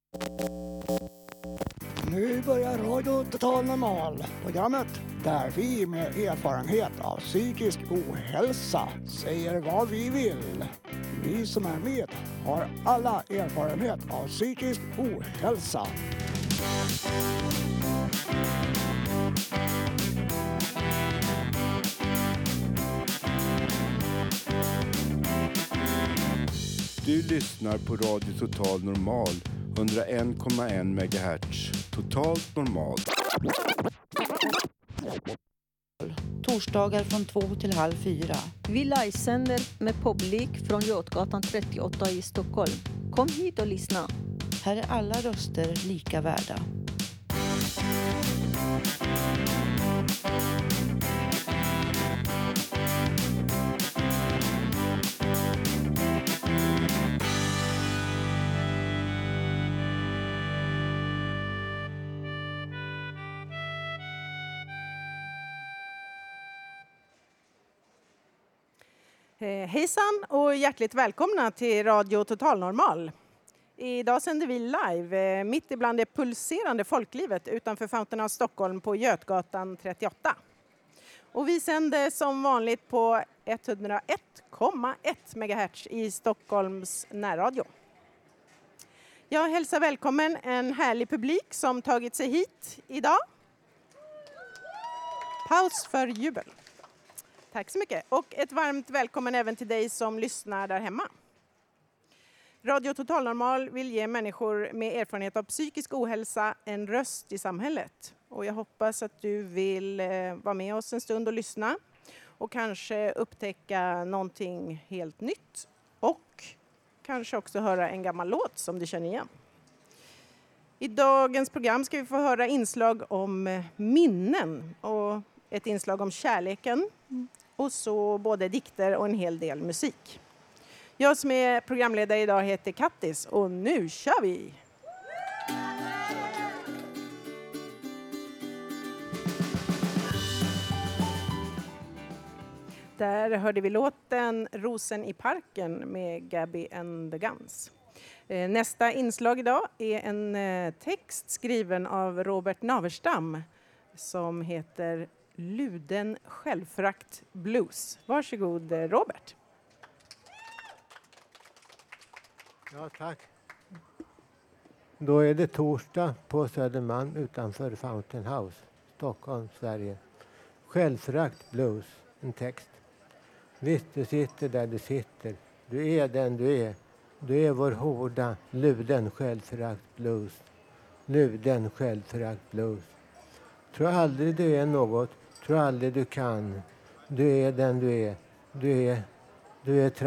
Nu börjar Radio Total Normal, programmet där vi med erfarenhet av psykisk ohälsa säger vad vi vill. Vi som är med har alla erfarenhet av psykisk ohälsa. Du lyssnar på Radio Total Normal, 101,1 MHz. Totalt normalt. Torsdagar från 2 till halv 4. Vi livesänder med publik från Götgatan 38 i Stockholm. Kom hit och lyssna. Här är alla röster lika värda. Hejsan och hjärtligt välkomna till Radio Total Normal. Idag sänder vi live mitt ibland det pulserande folklivet utanför Fountain House Stockholm på Götgatan 38. Och vi sänder som vanligt på 101,1 MHz i Stockholms närradio. Jag hälsar välkommen en härlig publik som tagit sig hit idag. Paus för jubel. Tack så mycket. Och ett varmt välkommen även till dig som lyssnar där hemma. Radio Total Normal vill ge människor med erfarenhet av psykisk ohälsa en röst i samhället. Och jag hoppas att du vill vara med oss en stund och lyssna. Och kanske upptäcka någonting helt nytt. Och kanske också höra en gammal låt som du känner igen. I dagens program ska vi få höra inslag om minnen och ett inslag om kärleken. Och så både dikter och en hel del musik. Jag som är programledare idag heter Kattis och nu kör vi! Där hörde vi låten Rosen i parken med Gabby and the Guns. Nästa inslag idag är en text skriven av Robert Naverstam som heter Luden självförakt blues. Varsågod Robert. Ja, tack. Då är det torsdag på Södermalm utanför Fountain House, Stockholm, Sverige. Självförakt blues, en text. Visst, du sitter där du sitter. Du är den du är. Du är vår hårda, luden självförakt blues. Luden självförakt blues. Tror aldrig du är något. Tror aldrig du kan. Du är den du är. Du är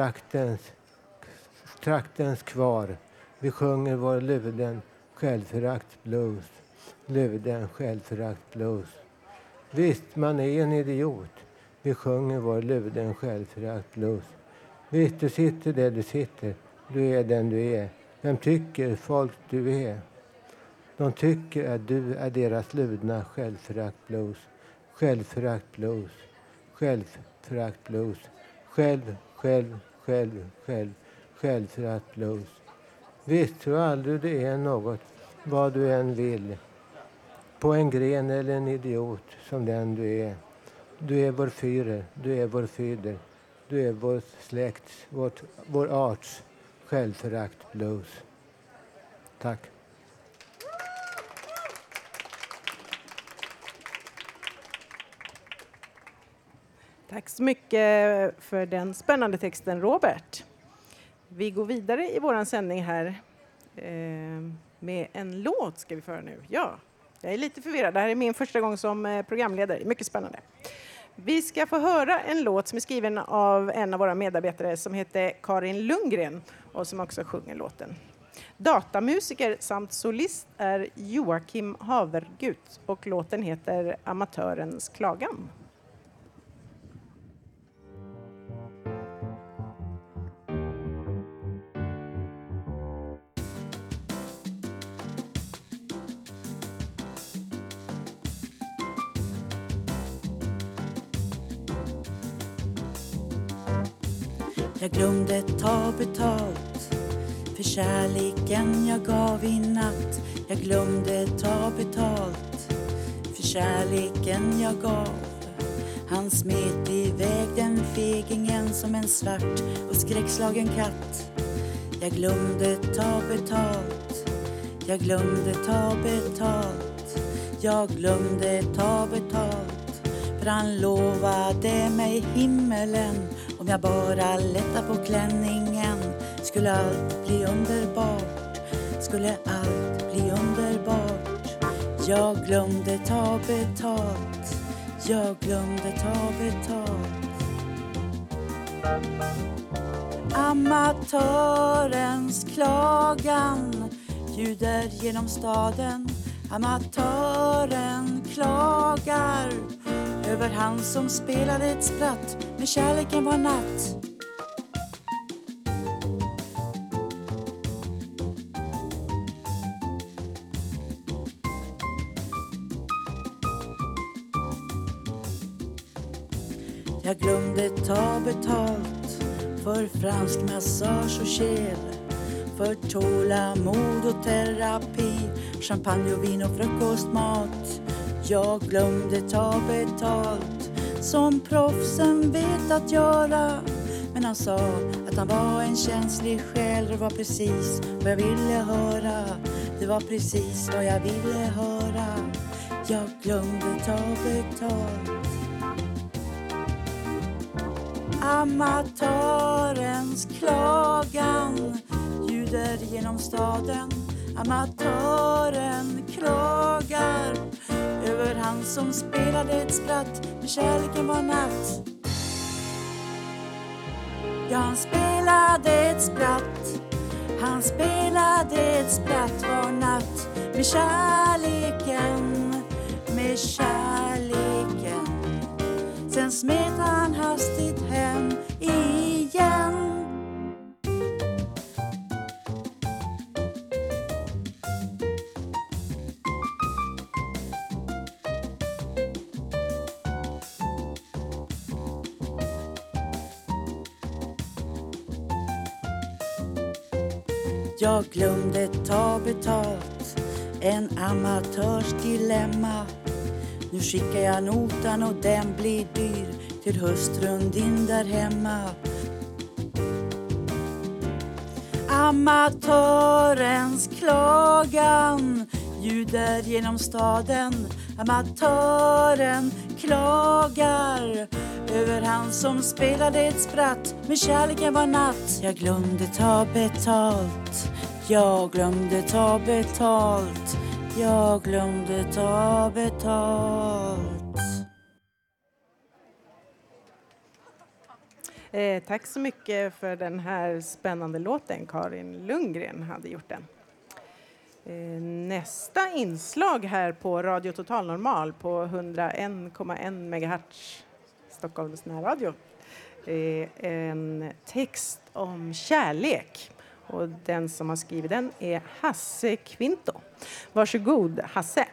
traktens kvar. Vi sjunger vår luden självförakt blues. Luden självförakt blues. Visst, man är en idiot. Vi sjunger vår luden självförakt blues. Visst, du sitter där du sitter. Du är den du är. Vem tycker folk du är? De tycker att du är deras ludna självförakt blues. Självförakt blues. Självförakt blues. Självförakt blues. Visst, tror aldrig det är något, vad du än vill. På en gren eller en idiot som den du är. Du är vår fyrer, du är vår fyder. Du är vår släkts, vår arts självförakt blues. Tack. Tack så mycket för den spännande texten Robert. Vi går vidare i våran sändning här med en låt ska vi föra nu. Ja, jag är lite förvirrad. Det här är min första gång som programledare. Mycket spännande. Vi ska få höra en låt som är skriven av en av våra medarbetare som heter Karin Lundgren och som också sjunger låten. Datamusiker samt solist är Joakim Havergut och låten heter Amatörens klagan. Jag glömde ta betalt För kärleken jag gav i natt, jag glömde ta betalt. För kärleken jag gav, han smet iväg den fegingen som en svart och skräckslagen katt. Jag glömde ta betalt, jag glömde ta betalt, jag glömde ta betalt. För han lovade mig himmelen om jag bara lättar på klänningen. Skulle allt bli underbart, skulle allt bli underbart. Jag glömde ta betalt, jag glömde ta betalt. Amatörens klagan ljuder genom staden. Amatören klagar över han som spelade ett spratt med kärleken var natt. Jag glömde ta betalt för fransk massage och kel, för tålamod och terapi, champagne och vin och frukostmat. Jag glömde ta betalt som proffsen vet att göra. Men han sa att han var en känslig själ. Det var precis vad jag ville höra. Det var precis vad jag ville höra. Jag glömde ta betalt. Amatörens klagan ljuder genom staden. Amatören klagar över han som spelade ett spratt med kärleken var natt. Ja, han spelade ett spratt, han spelade ett spratt var natt med kärleken, med kärleken. Sen smet han hastigt hem igen. Jag glömde ta betalt, en amatörs dilemma. Nu skickar jag notan och den blir dyr till hustrun din där hemma. Amatörens klagan ljuder genom staden. Amatören klagar över han som spelade ett spratt med kärleken var natt. Jag glömde ta betalt, jag glömde ta betalt, jag glömde ta betalt. Tack så mycket för den här spännande låten. Karin Lundgren hade gjort den. Nästa inslag här på Radio Total Normal på 101,1 MHz Stockholms närradio. En text om kärlek. Och den som har skrivit den är Hasse Kvinto. Varsågod, Hasse.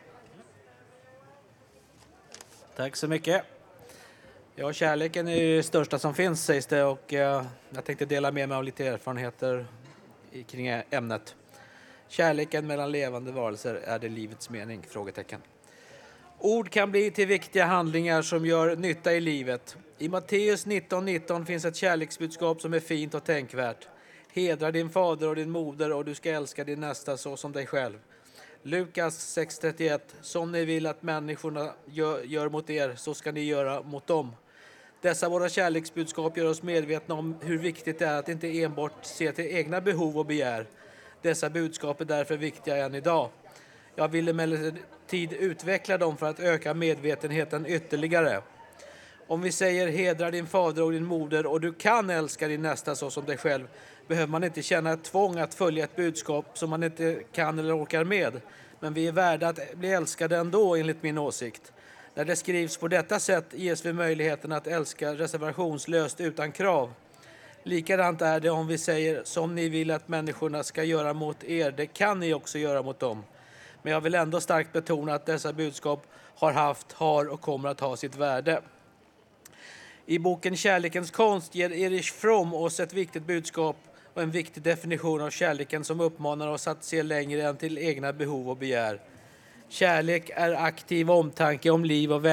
Tack så mycket. Ja, kärleken är det största som finns, sägs det. Och jag tänkte dela med mig av lite erfarenheter kring ämnet. Kärleken mellan levande varelser, är det livets mening? Frågetecken. Ord kan bli till viktiga handlingar som gör nytta i livet. I Matteus 19:19 finns ett kärleksbudskap som är fint och tänkvärt. Hedra din fader och din moder och du ska älska din nästa så som dig själv. Lukas 6:31. Som ni vill att människorna gör mot er, så ska ni göra mot dem. Dessa våra kärleksbudskap gör oss medvetna om hur viktigt det är att inte enbart se till egna behov och begär. Dessa budskap är därför viktiga än idag. Jag vill emellertid utveckla dem för att öka medvetenheten ytterligare. Om vi säger hedra din fader och din moder och du kan älska din nästa så som dig själv, behöver man inte känna ett tvång att följa ett budskap som man inte kan eller orkar med. Men vi är värda att bli älskade ändå, enligt min åsikt. När det skrivs på detta sätt ges vi möjligheten att älska reservationslöst utan krav. Likadant är det om vi säger som ni vill att människorna ska göra mot er, det kan ni också göra mot dem. Men jag vill ändå starkt betona att dessa budskap har haft, har och kommer att ha sitt värde. I boken Kärlekens konst ger Erich Fromm oss ett viktigt budskap och en viktig definition av kärleken som uppmanar oss att se längre än till egna behov och begär. Kärlek är aktiv omtanke om liv och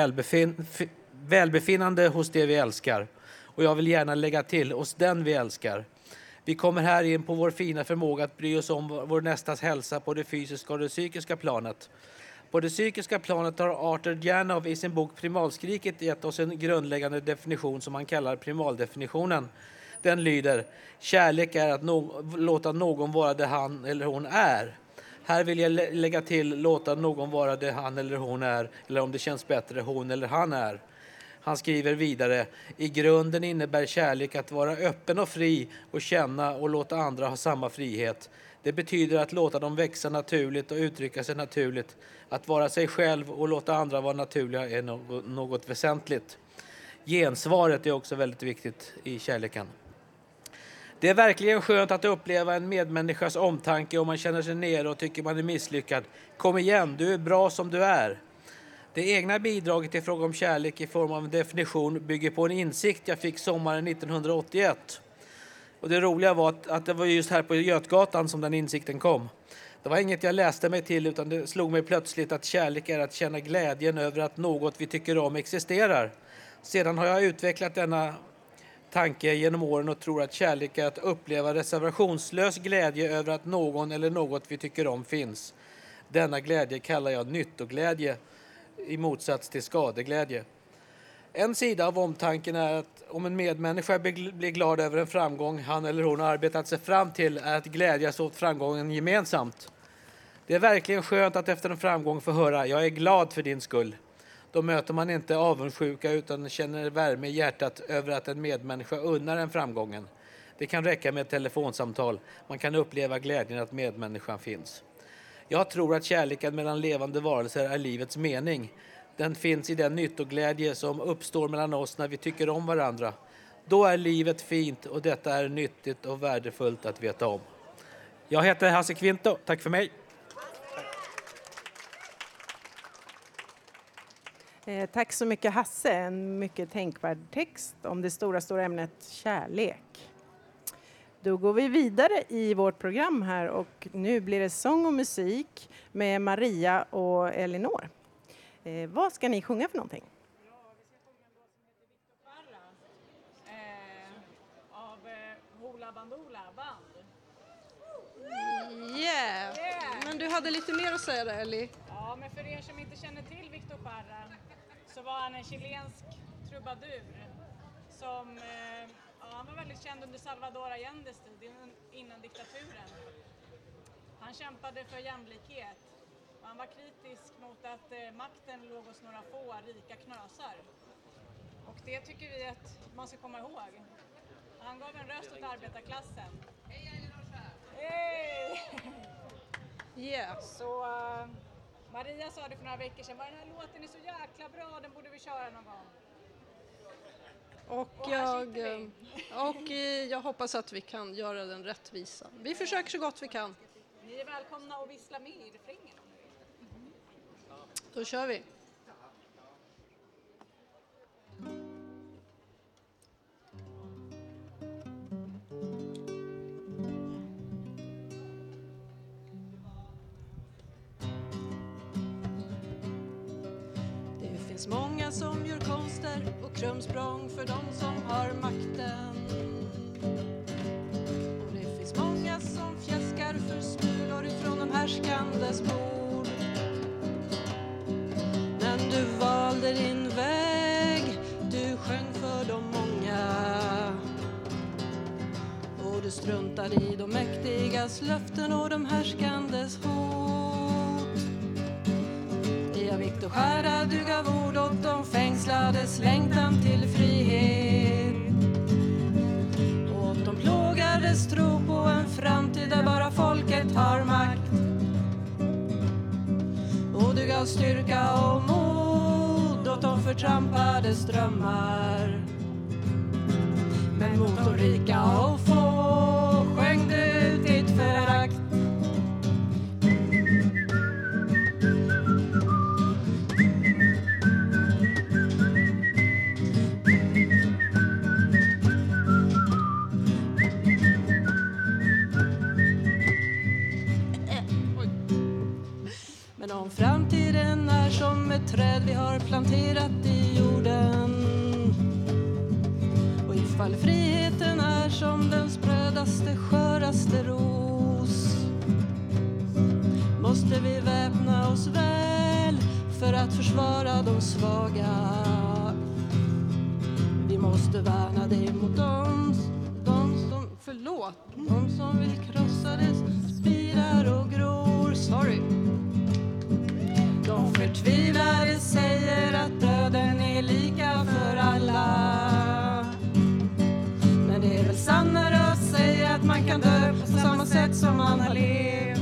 välbefinnande hos det vi älskar. Och jag vill gärna lägga till hos den vi älskar. Vi kommer här in på vår fina förmåga att bry oss om vår nästas hälsa på det fysiska och det psykiska planet. På det psykiska planet har Arthur Janov i sin bok Primalskriket gett oss en grundläggande definition som han kallar primaldefinitionen. Den lyder: kärlek är att låta någon vara det han eller hon är. Här vill jag lägga till låta någon vara det han eller hon är, eller om det känns bättre, hon eller han är. Han skriver vidare: i grunden innebär kärlek att vara öppen och fri och känna och låta andra ha samma frihet. Det betyder att låta dem växa naturligt och uttrycka sig naturligt. Att vara sig själv och låta andra vara naturliga är något väsentligt. Gensvaret är också väldigt viktigt i kärleken. Det är verkligen skönt att uppleva en medmänniskas omtanke om man känner sig nere och tycker man är misslyckad. Kom igen, du är bra som du är. Det egna bidraget i fråga om kärlek i form av en definition bygger på en insikt jag fick sommaren 1981. Och det roliga var att det var just här på Götgatan som den insikten kom. Det var inget jag läste mig till, utan det slog mig plötsligt att kärlek är att känna glädjen över att något vi tycker om existerar. Sedan har jag utvecklat denna tanke genom åren och tror att kärlek är att uppleva reservationslös glädje över att någon eller något vi tycker om finns. Denna glädje kallar jag nyttoglädje i motsats till skadeglädje. En sida av omtanken är att om en medmänniska blir glad över en framgång han eller hon har arbetat sig fram till är att glädjas åt framgången gemensamt. Det är verkligen skönt att efter en framgång få höra jag är glad för din skull. Då möter man inte avundsjuka utan känner värme i hjärtat över att en medmänniska unnar en framgången. Det kan räcka med ett telefonsamtal. Man kan uppleva glädjen att medmänniskan finns. Jag tror att kärleken mellan levande varelser är livets mening. Den finns i den nyttoglädje som uppstår mellan oss när vi tycker om varandra. Då är livet fint och detta är nyttigt och värdefullt att veta om. Jag heter Hasse Kvinto. Tack för mig. Tack så mycket Hasse. En mycket tänkvärd text om det stora ämnet kärlek. Då går vi vidare i vårt program här och nu blir det sång och musik med Maria och Elinor. Vad ska ni sjunga för någonting? Ja, vi ska sjunga en låt som heter Victor Parra av Hoola Bandoola Band. Yeah. Men du hade lite mer att säga där, Ellie. Ja, men för er som inte känner till Victor Parra så var han en chilensk trubadur som han var väldigt känd under Salvador Allendes tid innan diktaturen. Han kämpade för jämlikhet. Han var kritisk mot att makten låg hos några få rika knösar. Och det tycker vi att man ska komma ihåg. Han gav en röst åt arbetarklassen. Hej Elinor! Hej! Yeah. Så Maria sa det för några veckor sedan. Den här låten är så jäkla bra, den borde vi köra någon gång. Och jag hoppas att vi kan göra den rättvisa. Vi försöker så gott vi kan. Ni är välkomna att vissla med i refrängen. Då kör vi. Det finns många som gör konster och krumsprång för de som har makten. Och det finns många som fjäskar för smulor ifrån de härskandes bord. Men du valde din väg, du sjöng för de många. Och du struntade i de mäktigas löften och de härskandes hot. Ja, Victor Jara, du gav ord åt de fängslades längtan till frihet. Åt de plågades tro på en framtid där bara folket har makt. Och du gav styrka och mod åt de förtrampade strömmar. Men mot de rika och få sjöng du ditt förakt. Men om framtiden är som ett träd vi har planterat i jorden, och ifall friheten är som den sprödaste, sköraste ros, måste vi väpna oss väl för att försvara de svaga. Vi måste värna dig mot de som vill krossa dess spirar och gror. Sorry. De förtvivlade säger att döden är lika för alla. Men det är väl sannare att säga att man kan dö på samma sätt som man har levt.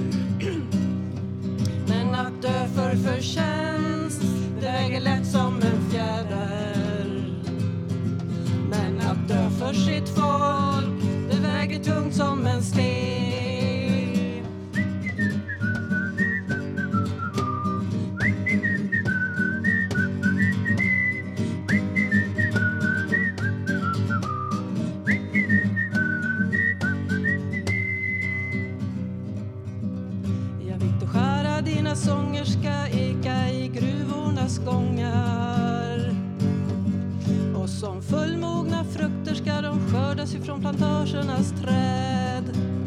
Men att dö för förtjänst, det väger lätt som en fjäder. Men att dö för sitt folk, det väger tungt som en sten. Jag vill skära dina sånger ska eka i gruvornas gångar. Och som fullmogna frukter ska de skördas ifrån plantagernas träd.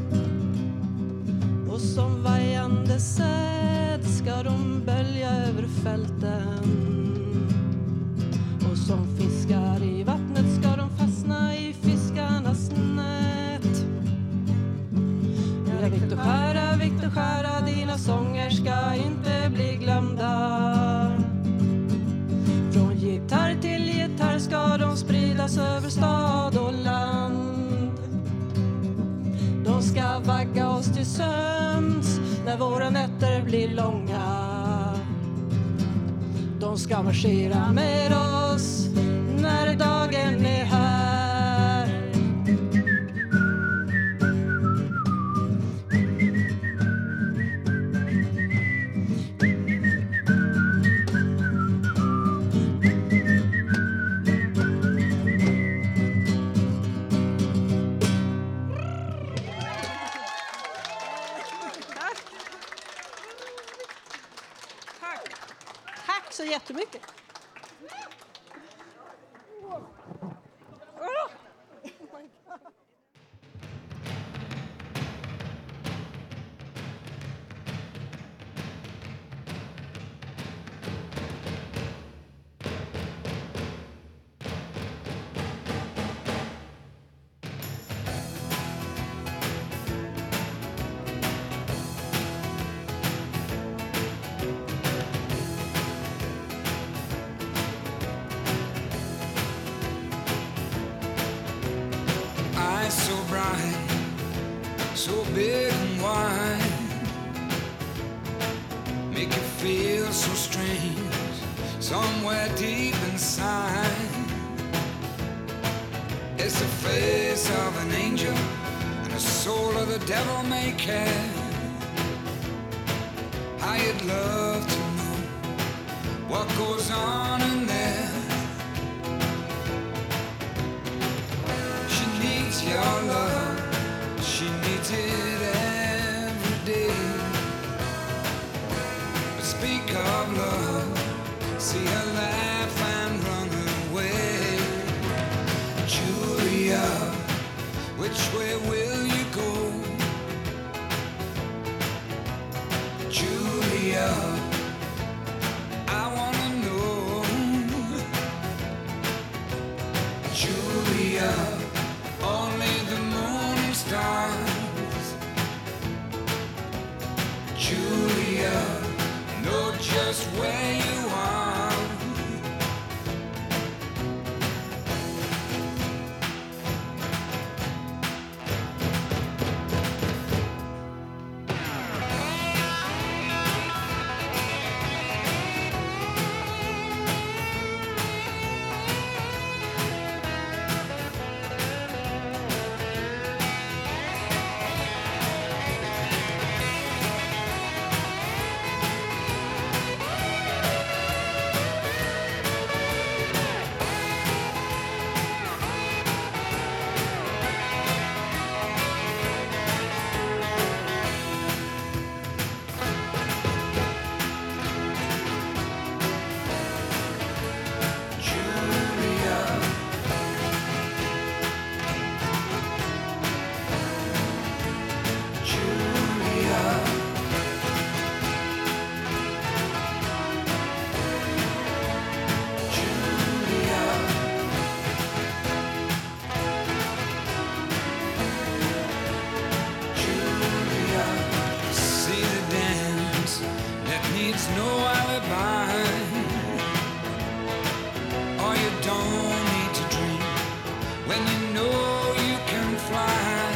Och som vajande säd ska de bölja över fälten. Och som fiskar i vattnet ska de fastna i fiskarnas nät. Ja, Viktor skära, dina sånger ska inte bli glömda. Från gitarr till gitarr ska de spridas över stad och land. De ska vagga oss till sömns när våra nätter blir långa. De ska marschera med oss när dagen är här. Tack så jättemycket. So bright, so big and wide, make you feel so strange somewhere deep inside. It's the face of an angel and the soul of the devil may care. How you'd love to know what goes on in there. Your love, she needs it every day. But speak of love, see her laugh and run away. Julia, which way will you go? Julia, I wanna know. Julia, only the moon and stars. Julia, know just where you are. there's no alibi. Or you don't need to dream when you know you can fly.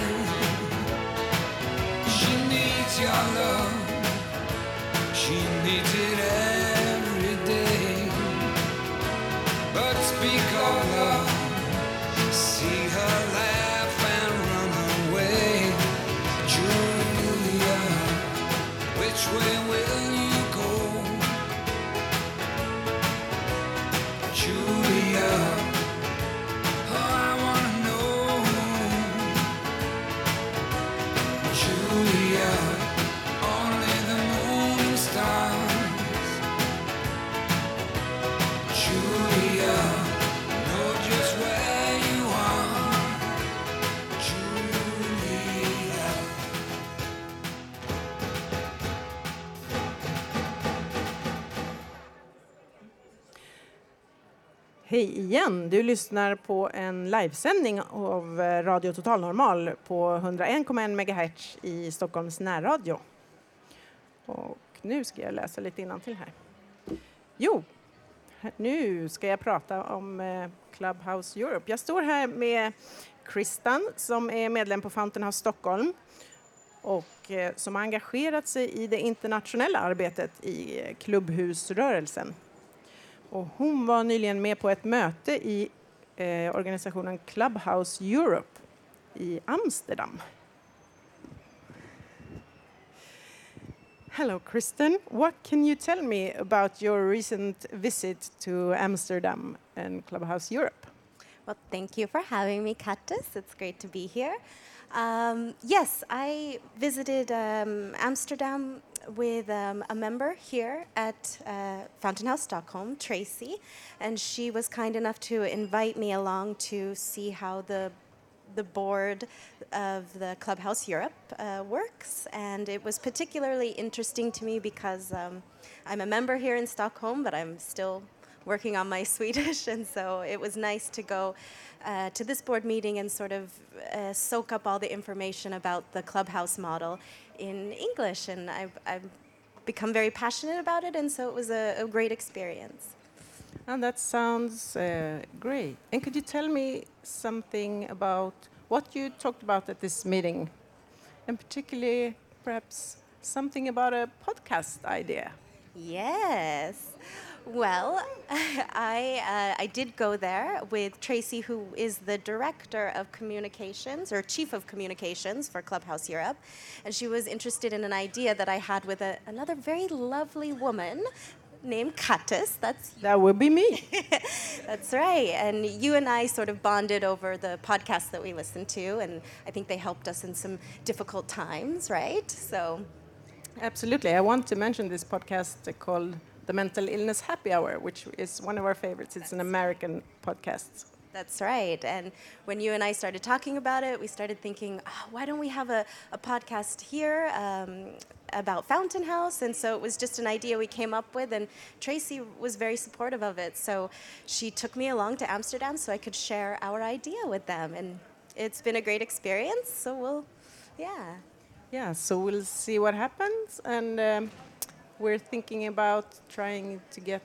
She needs your love, she needs it every day. But speak of love, see her laugh and run away. Julia, which way will you go? Julia, oh, I wanna know. Julia, only the moon and stars. Julia, know just where you are. Julia. Hej igen! Du lyssnar på en livesändning av Radio Total Normal på 101,1 MHz i Stockholms närradio. Och nu ska jag läsa lite innantill här. Jo, nu ska jag prata om Clubhouse Europe. Jag står här med Kristan som är medlem på Fountain House Stockholm och som har engagerat sig i det internationella arbetet i klubbhusrörelsen. Och hon var nyligen med på ett möte i organisationen Clubhouse Europe i Amsterdam. Hello, Kristen. What can you tell me about your recent visit to Amsterdam and Clubhouse Europe? Well, thank you for having me, Kattis. It's great to be here. Yes, I visited Amsterdam with a member here at Fountain House Stockholm, Tracy, and she was kind enough to invite me along to see how the board of the Clubhouse Europe works, and it was particularly interesting to me because I'm a member here in Stockholm, but I'm still working on my Swedish, and so it was nice to go to this board meeting and sort of soak up all the information about the Clubhouse model in English, and I've become very passionate about it, and so it was a great experience. And that sounds great. And could you tell me something about what you talked about at this meeting, and particularly perhaps something about a podcast idea? Yes. Well, I did go there with Tracy, who is the director of communications, or chief of communications for Clubhouse Europe, and she was interested in an idea that I had with another very lovely woman named Kattis. That would be me. That's right. And you and I sort of bonded over the podcast that we listened to, and I think they helped us in some difficult times, right? So, absolutely. I want to mention this podcast called The Mental Illness Happy Hour, which is one of our favorites. It's an American podcast. That's right. And when you and I started talking about it, we started thinking, why don't we have a podcast here about Fountain House? And so it was just an idea we came up with, and Tracy was very supportive of it. So she took me along to Amsterdam so I could share our idea with them. And it's been a great experience. So so we'll see what happens. And we're thinking about trying to get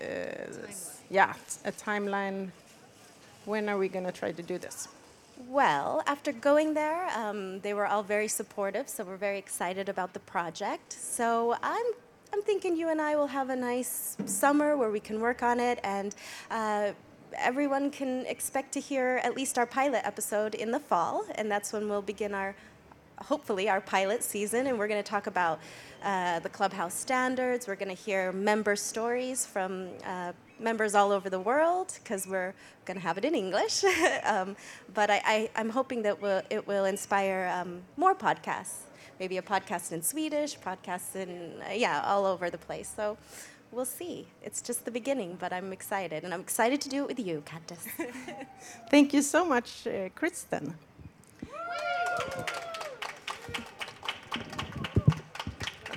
a timeline. When are we going to try to do this? Well, after going there, they were all very supportive, so we're very excited about the project. So I'm thinking you and I will have a nice summer where we can work on it, and everyone can expect to hear at least our pilot episode in the fall, and that's when we'll begin hopefully our pilot season, and we're going to talk about the Clubhouse standards. We're going to hear member stories from members all over the world, because we're going to have it in English. But I'm hoping that it will inspire more podcasts, maybe a podcast in Swedish, podcasts in, all over the place. So we'll see. It's just the beginning, but I'm excited. And I'm excited to do it with you, Kattis. Thank you so much, Kristen.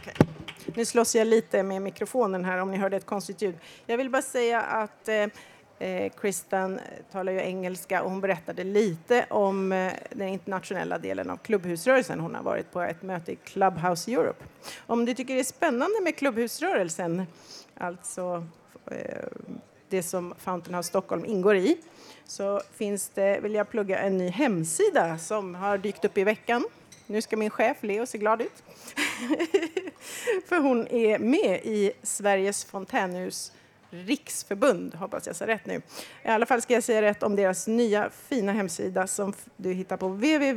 Nu slåss jag lite med mikrofonen här om ni hörde ett konstigt ljud. Jag vill bara säga att Kristan talar ju engelska och hon berättade lite om den internationella delen av klubbhusrörelsen. Hon har varit på ett möte i Clubhouse Europe. Om du tycker det är spännande med klubbhusrörelsen, alltså det som Fountain House Stockholm ingår i, så finns det, vill jag plugga, en ny hemsida som har dykt upp i veckan. Nu ska min chef Leo se glad ut. För hon är med i Sveriges Fontänhus riksförbund, hoppas jag säger rätt nu. I alla fall ska jag säga rätt om deras nya fina hemsida som du hittar på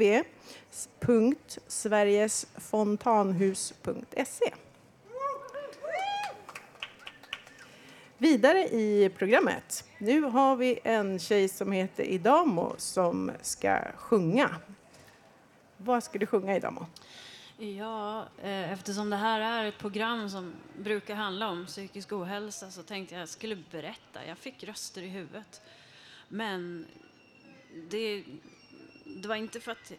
www.sverigesfontanhus.se. Vidare i programmet. Nu har vi en tjej som heter Idamo som ska sjunga. Vad ska du sjunga, Idamo? Ja, eftersom det här är ett program som brukar handla om psykisk ohälsa så tänkte jag skulle berätta. Jag fick röster i huvudet. Men det var inte för att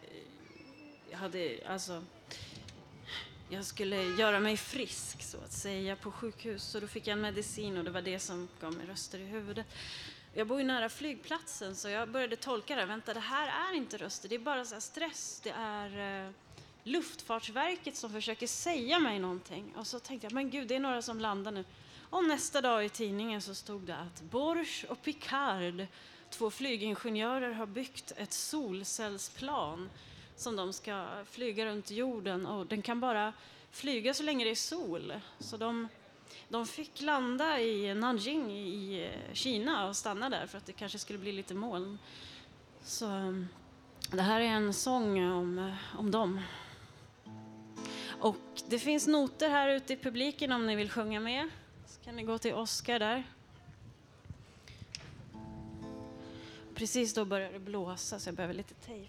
jag skulle göra mig frisk så att säga på sjukhus. Så då fick jag en medicin och det var det som gav mig röster i huvudet. Jag bor ju nära flygplatsen så jag började tolka det. Vänta, det här är inte röster, det är bara så här stress. Det är Luftfartsverket som försöker säga mig någonting. Och så tänkte jag, men gud, det är några som landar nu. Och nästa dag i tidningen så stod det att Borch och Picard, 2 flygingenjörer, har byggt ett solcellsplan som de ska flyga runt jorden. Och den kan bara flyga så länge det är sol. Så de fick landa i Nanjing i Kina och stanna där för att det kanske skulle bli lite moln. Så det här är en sång om dem. Och det finns noter här ute i publiken om ni vill sjunga med. Så kan ni gå till Oscar där. Precis då börjar det blåsa så jag behöver lite tejp.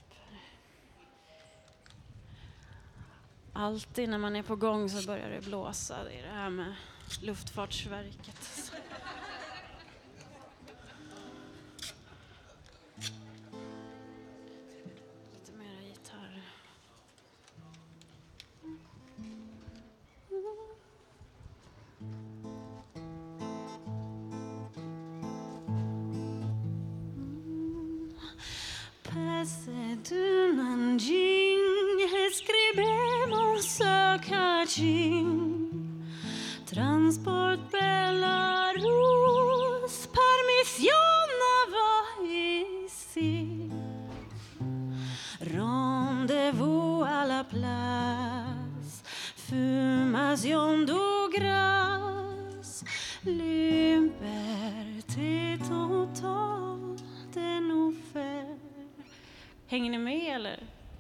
Alltid när man är på gång så börjar det blåsa. Det är det här med Luftfartsverket. Lite mera gitarr. Passe du Nanjing, escribemos a Kaching. Transport Belarus, permission va ici. Rendez-vous à la place, fumation de grâce. Liberté totale de nous faire. Hänger ni med eller?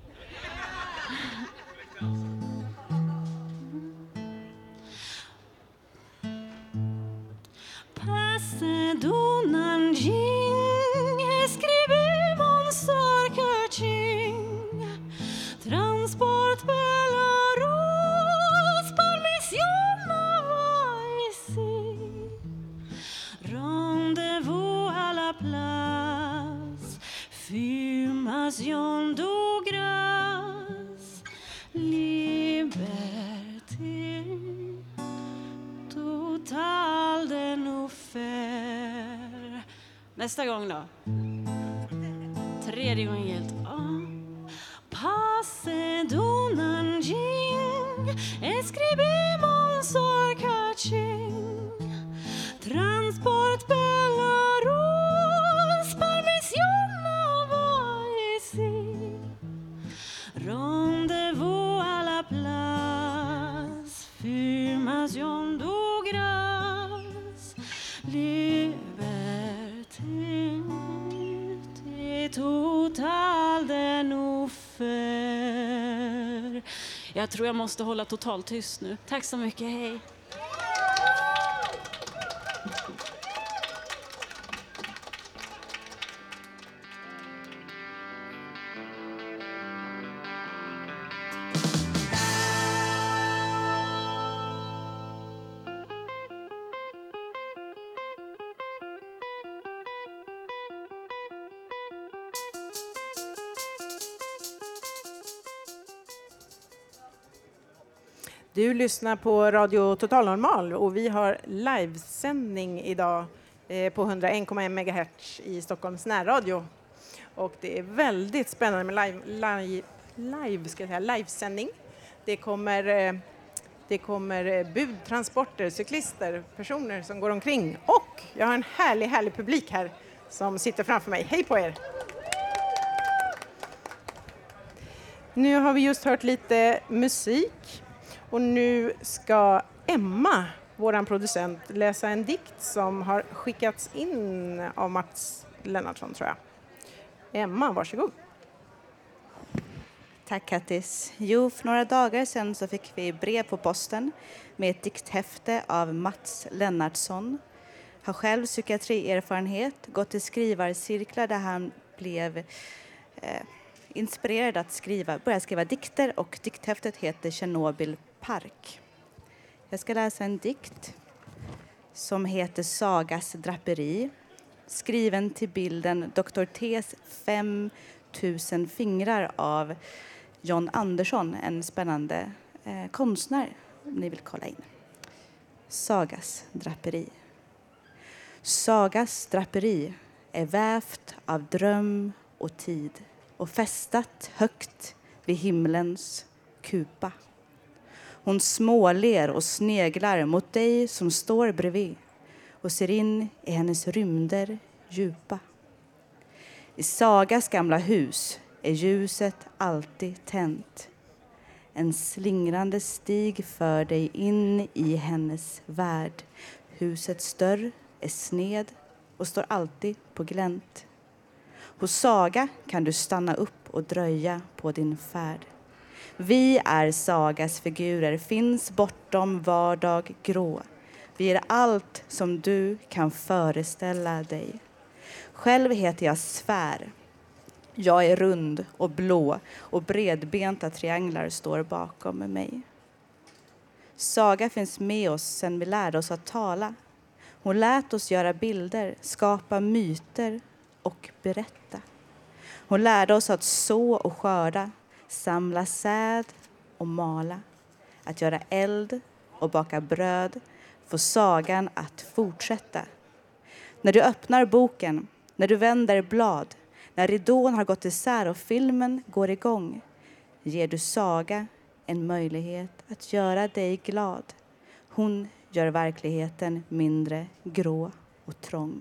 Passe du Nanjing, escribemos a Kaching. Transport Belarus, permission va ici. Rendez-vous à la place, fumation de grâce. Liberté total de nous faire. Nästa gång då. Tredje gången helt. Passe du Nanjing, escribemos a Kaching. Transport Belarus, permission va ici. Rendez-vous à la place, fumation de grâce. Liberté total de nous faire. Jag tror jag måste hålla totalt tyst nu. Tack så mycket, hej. Du lyssnar på Radio Total Normal och vi har livesändning idag på 101,1 MHz i Stockholms närradio. Och det är väldigt spännande med livesändning. Det kommer budtransporter, cyklister, personer som går omkring. Och jag har en härlig publik här som sitter framför mig. Hej på er! Nu har vi just hört lite musik och nu ska Emma, våran producent, läsa en dikt som har skickats in av Mats Lennartsson, tror jag. Emma, varsågod. Tack Kattis. Jo, för några dagar sedan så fick vi brev på posten med ett dikthäfte av Mats Lennartsson. Har själv psykiatrierfarenhet, gått till skrivarcirklar där han blev inspirerad att börja skriva dikter, och dikthäftet heter Tjernobyl Park. Jag ska läsa en dikt som heter Sagas draperi, skriven till bilden Dr. T's 5000 fingrar av John Andersson, en spännande konstnär om ni vill kolla in. Sagas draperi. Sagas draperi är vävt av dröm och tid och fästat högt vid himlens kupa. Hon småler och sneglar mot dig som står bredvid och ser in i hennes rymder djupa. I Sagas gamla hus är ljuset alltid tänt. En slingrande stig för dig in i hennes värld. Husets dörr är sned och står alltid på glänt. Hos Saga kan du stanna upp och dröja på din färd. Vi är Sagas figurer, finns bortom vardag grå. Vi är allt som du kan föreställa dig. Själv heter jag Sfär. Jag är rund och blå och bredbenta trianglar står bakom mig. Saga finns med oss sedan vi lärde oss att tala. Hon lät oss göra bilder, skapa myter och berätta. Hon lärde oss att så och skörda, samla säd och mala. Att göra eld och baka bröd, få sagan att fortsätta. När du öppnar boken, när du vänder blad, när ridån har gått isär och filmen går igång, ger du Saga en möjlighet att göra dig glad. Hon gör verkligheten mindre grå och trång.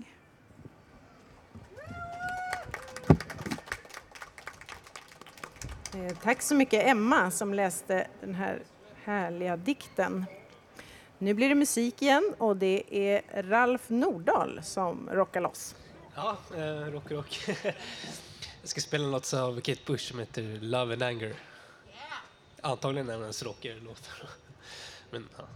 Tack så mycket Emma som läste den här härliga dikten. Nu blir det musik igen och det är Ralf Nordahl som rockar loss. Ja, rock. Jag ska spela något av Kate Bush som heter Love and Anger. Antagligen är hennes rockerlåt. Men ja.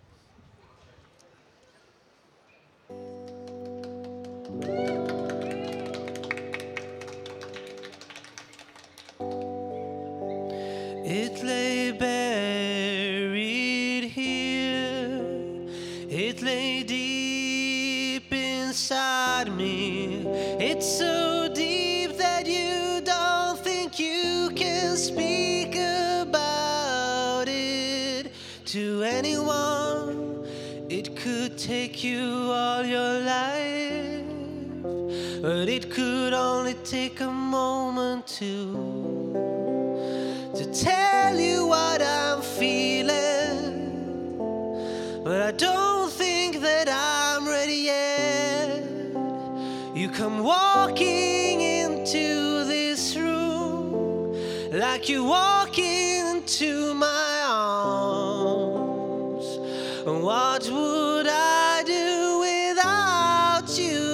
It lay buried here. It lay deep inside me. It's so deep that you don't think you can speak about it to anyone. It could take you all your life, but it could only take a moment to tell you what I'm feeling, but I don't think that I'm ready yet. You come walking into this room like you're walking into my arms. What would I do without you?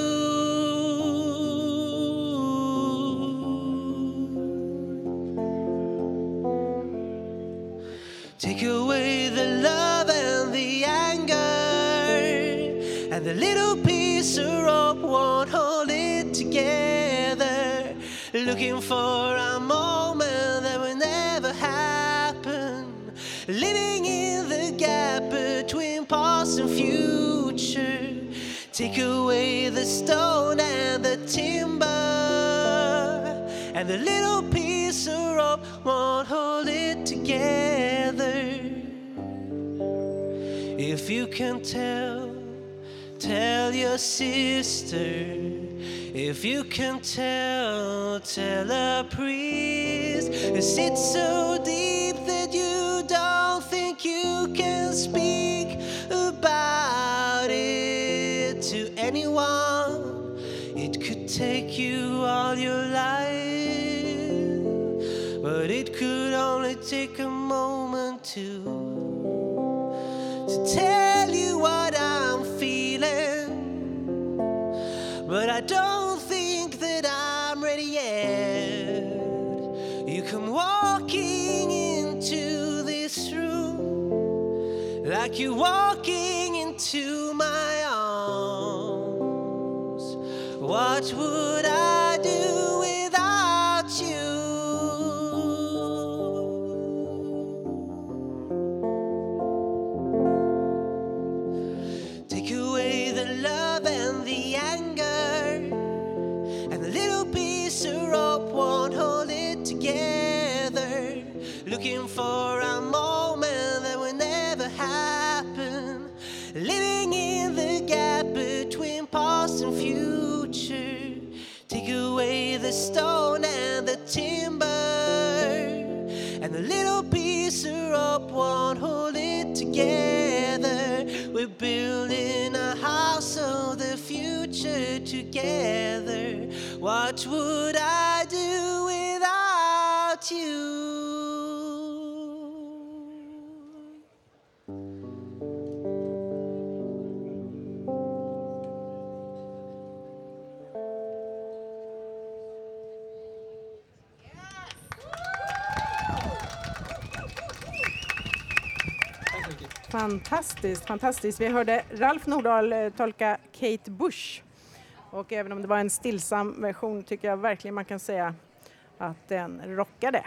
Take away the love and the anger, and the little piece of rope won't hold it together. Looking for a moment that will never happen, living in the gap between past and future. Take away the stone and the timber, and the little piece of rope won't hold it together. If you can tell tell your sister. If you can tell a priest. Is it so deep that you don't think you can speak about it to anyone? It could take you all your life, but it could only take a moment to tell you what I'm feeling. But I don't think that I'm ready yet. You come walking into this room like you're walking into my arms. What would I do without you? Take away the love and the anger, and a little piece of rope won't hold it together. Looking for a moment that will never happen, living in the gap between past and future. Take away the stone and the timber, and a little piece of rope won't hold it together. We're building a house of the future together. What would I do without you? Fantastiskt, fantastiskt. Vi hörde Ralf Nordahl tolka Kate Bush. Och även om det var en stillsam version tycker jag verkligen man kan säga att den rockade.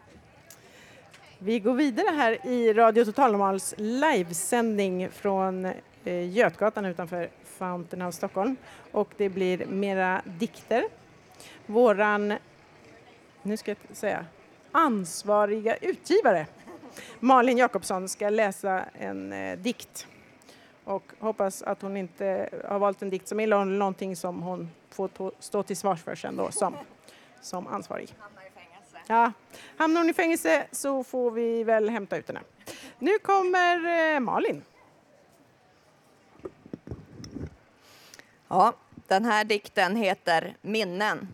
Vi går vidare här i Radio Total Normals livesändning från Götgatan utanför Fountain House Stockholm. Och det blir mera dikter. Våran, nu ska jag säga, ansvariga utgivare Malin Jakobsson ska läsa en dikt. Och hoppas att hon inte har valt en dikt som är någonting som hon får stå till svars för sen då som ansvarig. Ja, hamnar hon i fängelse så får vi väl hämta ut henne. Nu kommer Malin. Ja, den här dikten heter Minnen.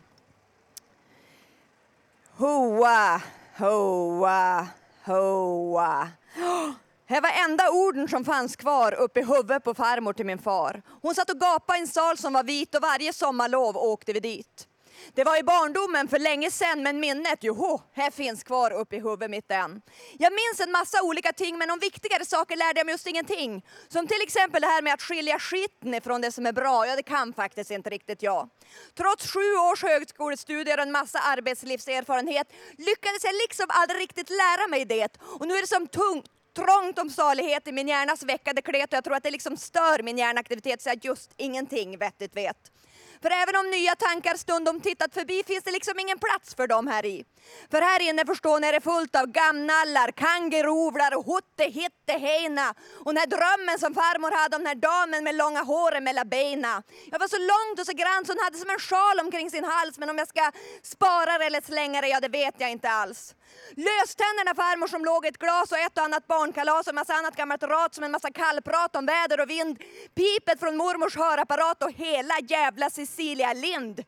Hoa, hoa, hoa. Det var enda orden som fanns kvar uppe i huvudet på farmor till min far. Hon satt och gapade i en sal som var vit och varje sommarlov åkte vi dit. Det var i barndomen för länge sedan, men minnet, joho, här finns kvar uppe i huvudet mitt än. Jag minns en massa olika ting, men om viktigare saker lärde jag mig just ingenting. Som till exempel det här med att skilja skiten ifrån det som är bra. Ja, det kan faktiskt inte riktigt jag. Trots 7 års högskolestudier och en massa arbetslivserfarenhet lyckades jag liksom aldrig riktigt lära mig det. Och nu är det som trångt om salighet i min hjärnas veckade klet och jag tror att det liksom stör min hjärnaktivitet så jag just ingenting vettigt vet. För även om nya tankar stundom tittat förbi finns det liksom ingen plats för dem här i. För här inne förstår ni är det fullt av gamnallar, kangerovlar och hotte-hitte-heina. Och den här drömmen som farmor hade om den här damen med långa håret mellan benen. Jag var så långt och så grann så hon hade som en sjal omkring sin hals. Men om jag ska spara det eller slänga det, ja det vet jag inte alls. Löständerna farmor som låg i ett glas och ett och annat barnkalas och massa annat gammalt rat som en massa kallprat om väder och vind. Pipet från mormors hörapparat och hela jävla Cecilia Lind.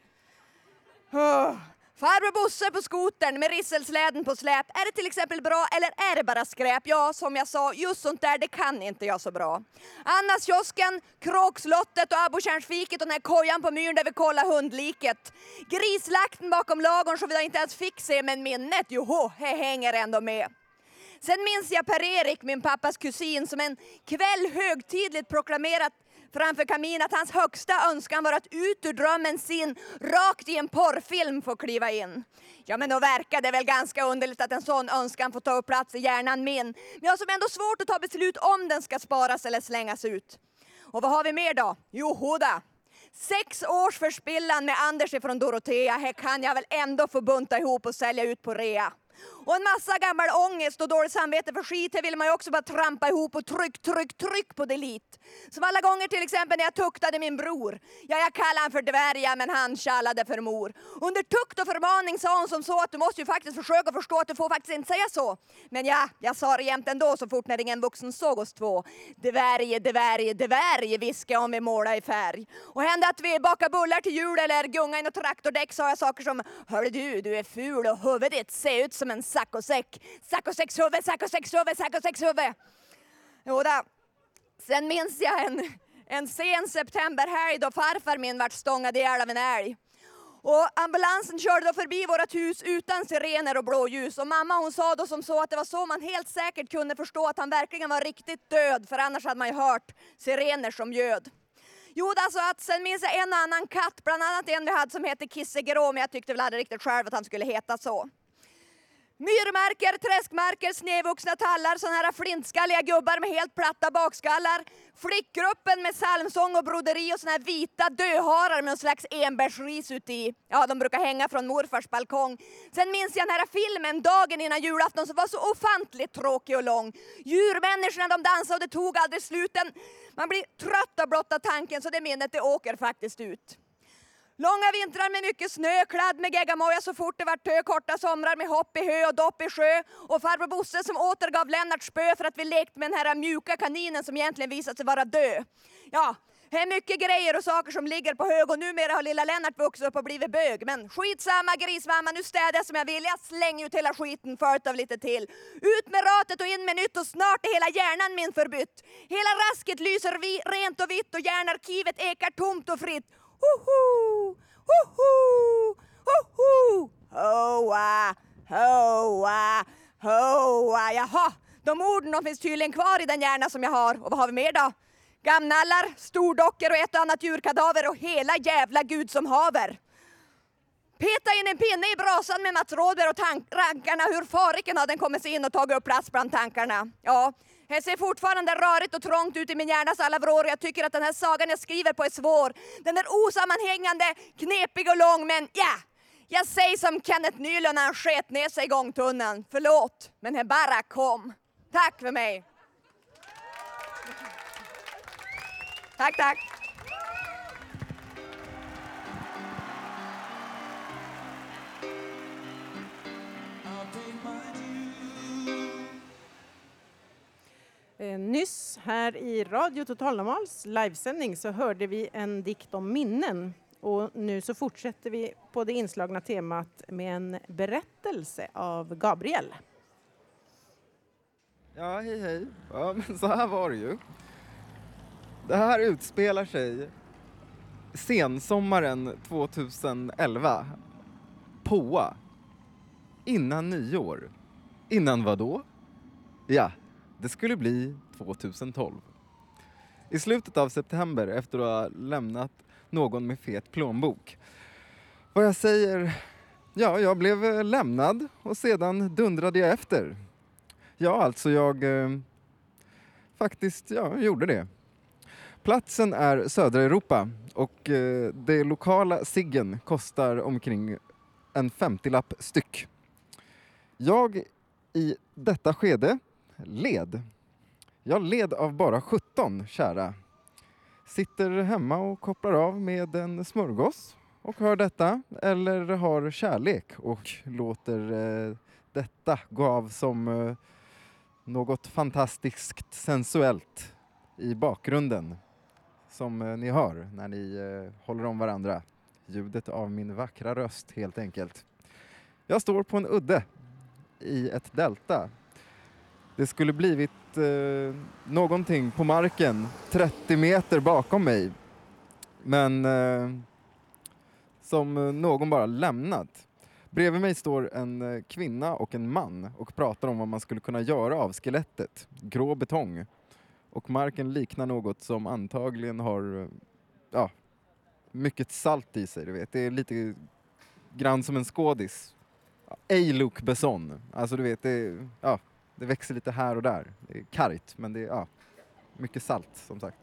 Farbror Bosse på skotern med risselsläden på släp. Är det till exempel bra eller är det bara skräp? Ja, som jag sa, just sånt där det kan inte jag så bra. Annas kiosken, Kråkslottet och Abokärnsfiket och den här kojan på myren där vi kollar hundliket. Grislakten bakom lagorn som vi inte ens fick se, men minnet, joho, det hänger ändå med. Sen minns jag Per-Erik, min pappas kusin, som en kväll högtidligt proklamerat framför kamin att hans högsta önskan var att ut ur drömmen sin rakt i en porrfilm få kliva in. Ja, men då verkar det väl ganska underligt att en sån önskan får ta upp plats i hjärnan min. Men jag har som ändå svårt att ta beslut om den ska sparas eller slängas ut. Och vad har vi mer då? Jo, hoda. 6 års förspillan med Anders ifrån Dorotea. Här kan jag väl ändå få bunta ihop och sälja ut på rea. Och en massa gammal ångest och dåligt samvete för skit. Det vill man ju också bara trampa ihop och tryck på delete. Som alla gånger till exempel när jag tuktade min bror. Ja, jag kallade han för dvärga men han kallade för mor. Under tukt och förmaning sa hon som så att du måste ju faktiskt försöka förstå att du får faktiskt inte säga så. Men ja, jag sa det jämt ändå så fort när ingen vuxen såg oss två. Dvärg, viskade om vi målade i färg. Och hände att vi bakade bullar till jul eller gunga in och traktordäck sa jag saker som: hörru du är ful och huvudet ser ut som en saccosäck. Saccosäckshuvud. Jodå. Sen minns jag en sen septemberhelg då farfar min vart stångad ihjäl av en älg. Och ambulansen körde då förbi vårat hus utan sirener och blåljus. Och mamma hon sa då som så att det var så man helt säkert kunde förstå att han verkligen var riktigt död. För annars hade man ju hört sirener som ljöd. Jo, alltså att sen minns jag en annan katt, bland annat en vi hade som heter Kissegrå, men jag tyckte väl aldrig riktigt själv att han skulle heta så. Myrmarker, träskmarker, snedvuxna tallar, såna här flintskalliga gubbar med helt platta bakskallar. Flickgruppen med psalmsång och broderi och såna här vita döharar med någon slags enbärsris uti. Ja, de brukar hänga från morfars balkong. Sen minns jag den här filmen dagen innan julafton som var så ofantligt tråkig och lång. Djurmänniskorna de dansade och det tog aldrig sluten. Man blir trött av blotta tanken så det minnet det åker faktiskt ut. Långa vintrar med mycket snö, kladd med geggamoja så fort det var tö, korta somrar med hopp i hö och dopp i sjö. Och farbror Bosse som återgav Lennart spö för att vi lekt med den här mjuka kaninen som egentligen visat sig vara dö. Ja, det är mycket grejer och saker som ligger på hög och numera har lilla Lennart vuxit upp och blivit bög. Men skitsamma grismamma, nu städar jag som jag vill. Jag slänger ut hela skiten följt av lite till. Ut med ratet och in med nytt och snart är hela hjärnan min förbytt. Hela rasket lyser rent och vitt och hjärnarkivet ekar tomt och fritt. Hoho, hoho, hoho, hoa, hoa, hoa. Jaha, de orden de finns tydligen kvar i den hjärna som jag har. Och vad har vi mer då? Gamnallar, stordockor och ett och annat djurkadaver och hela jävla gud som haver. Peta in en pinne i brasan med Mats Rådberg och rankarna hur fariken hade den kommit sig in och tagit upp plats bland tankarna. Ja, jag ser fortfarande rörigt och trångt ut i min hjärnas alla vrår och jag tycker att den här sagan jag skriver på är svår. Den är osammanhängande, knepig och lång men ja, jag säger som Kenneth Nylund när han sket ner sig i gångtunneln. Förlåt, men det bara kom. Tack för mig. Tack. Nyss här i Radio Total Normals livesändning så hörde vi en dikt om minnen. Och nu så fortsätter vi på det inslagna temat med en berättelse av Gabriel. Ja, hej. Ja, men så här var det ju. Det här utspelar sig sensommaren 2011. Påa. Innan nyår. Innan vad då? Ja, det skulle bli 2012. I slutet av september efter att ha lämnat någon med fet plånbok. Vad jag säger... Ja, jag blev lämnad och sedan dundrade jag efter. Ja, alltså jag faktiskt gjorde det. Platsen är södra Europa och det lokala ciggen kostar omkring en 50-lapp styck. Jag i detta skede led. Jag led av bara 17, kära. Sitter hemma och kopplar av med en smörgås och hör detta. Eller har kärlek och låter detta gå av som något fantastiskt sensuellt i bakgrunden. Som ni hör när ni håller om varandra. Ljudet av min vackra röst helt enkelt. Jag står på en udde i ett delta. Det skulle blivit någonting på marken 30 meter bakom mig. Men som någon bara lämnat. Bredvid mig står en kvinna och en man och pratar om vad man skulle kunna göra av skelettet. Grå betong. Och marken liknar något som antagligen har mycket salt i sig. Du vet. Det är lite grann som en skådis. Luc Besson. Alltså du vet, det växer lite här och där. Det är kargt, men det är mycket salt som sagt.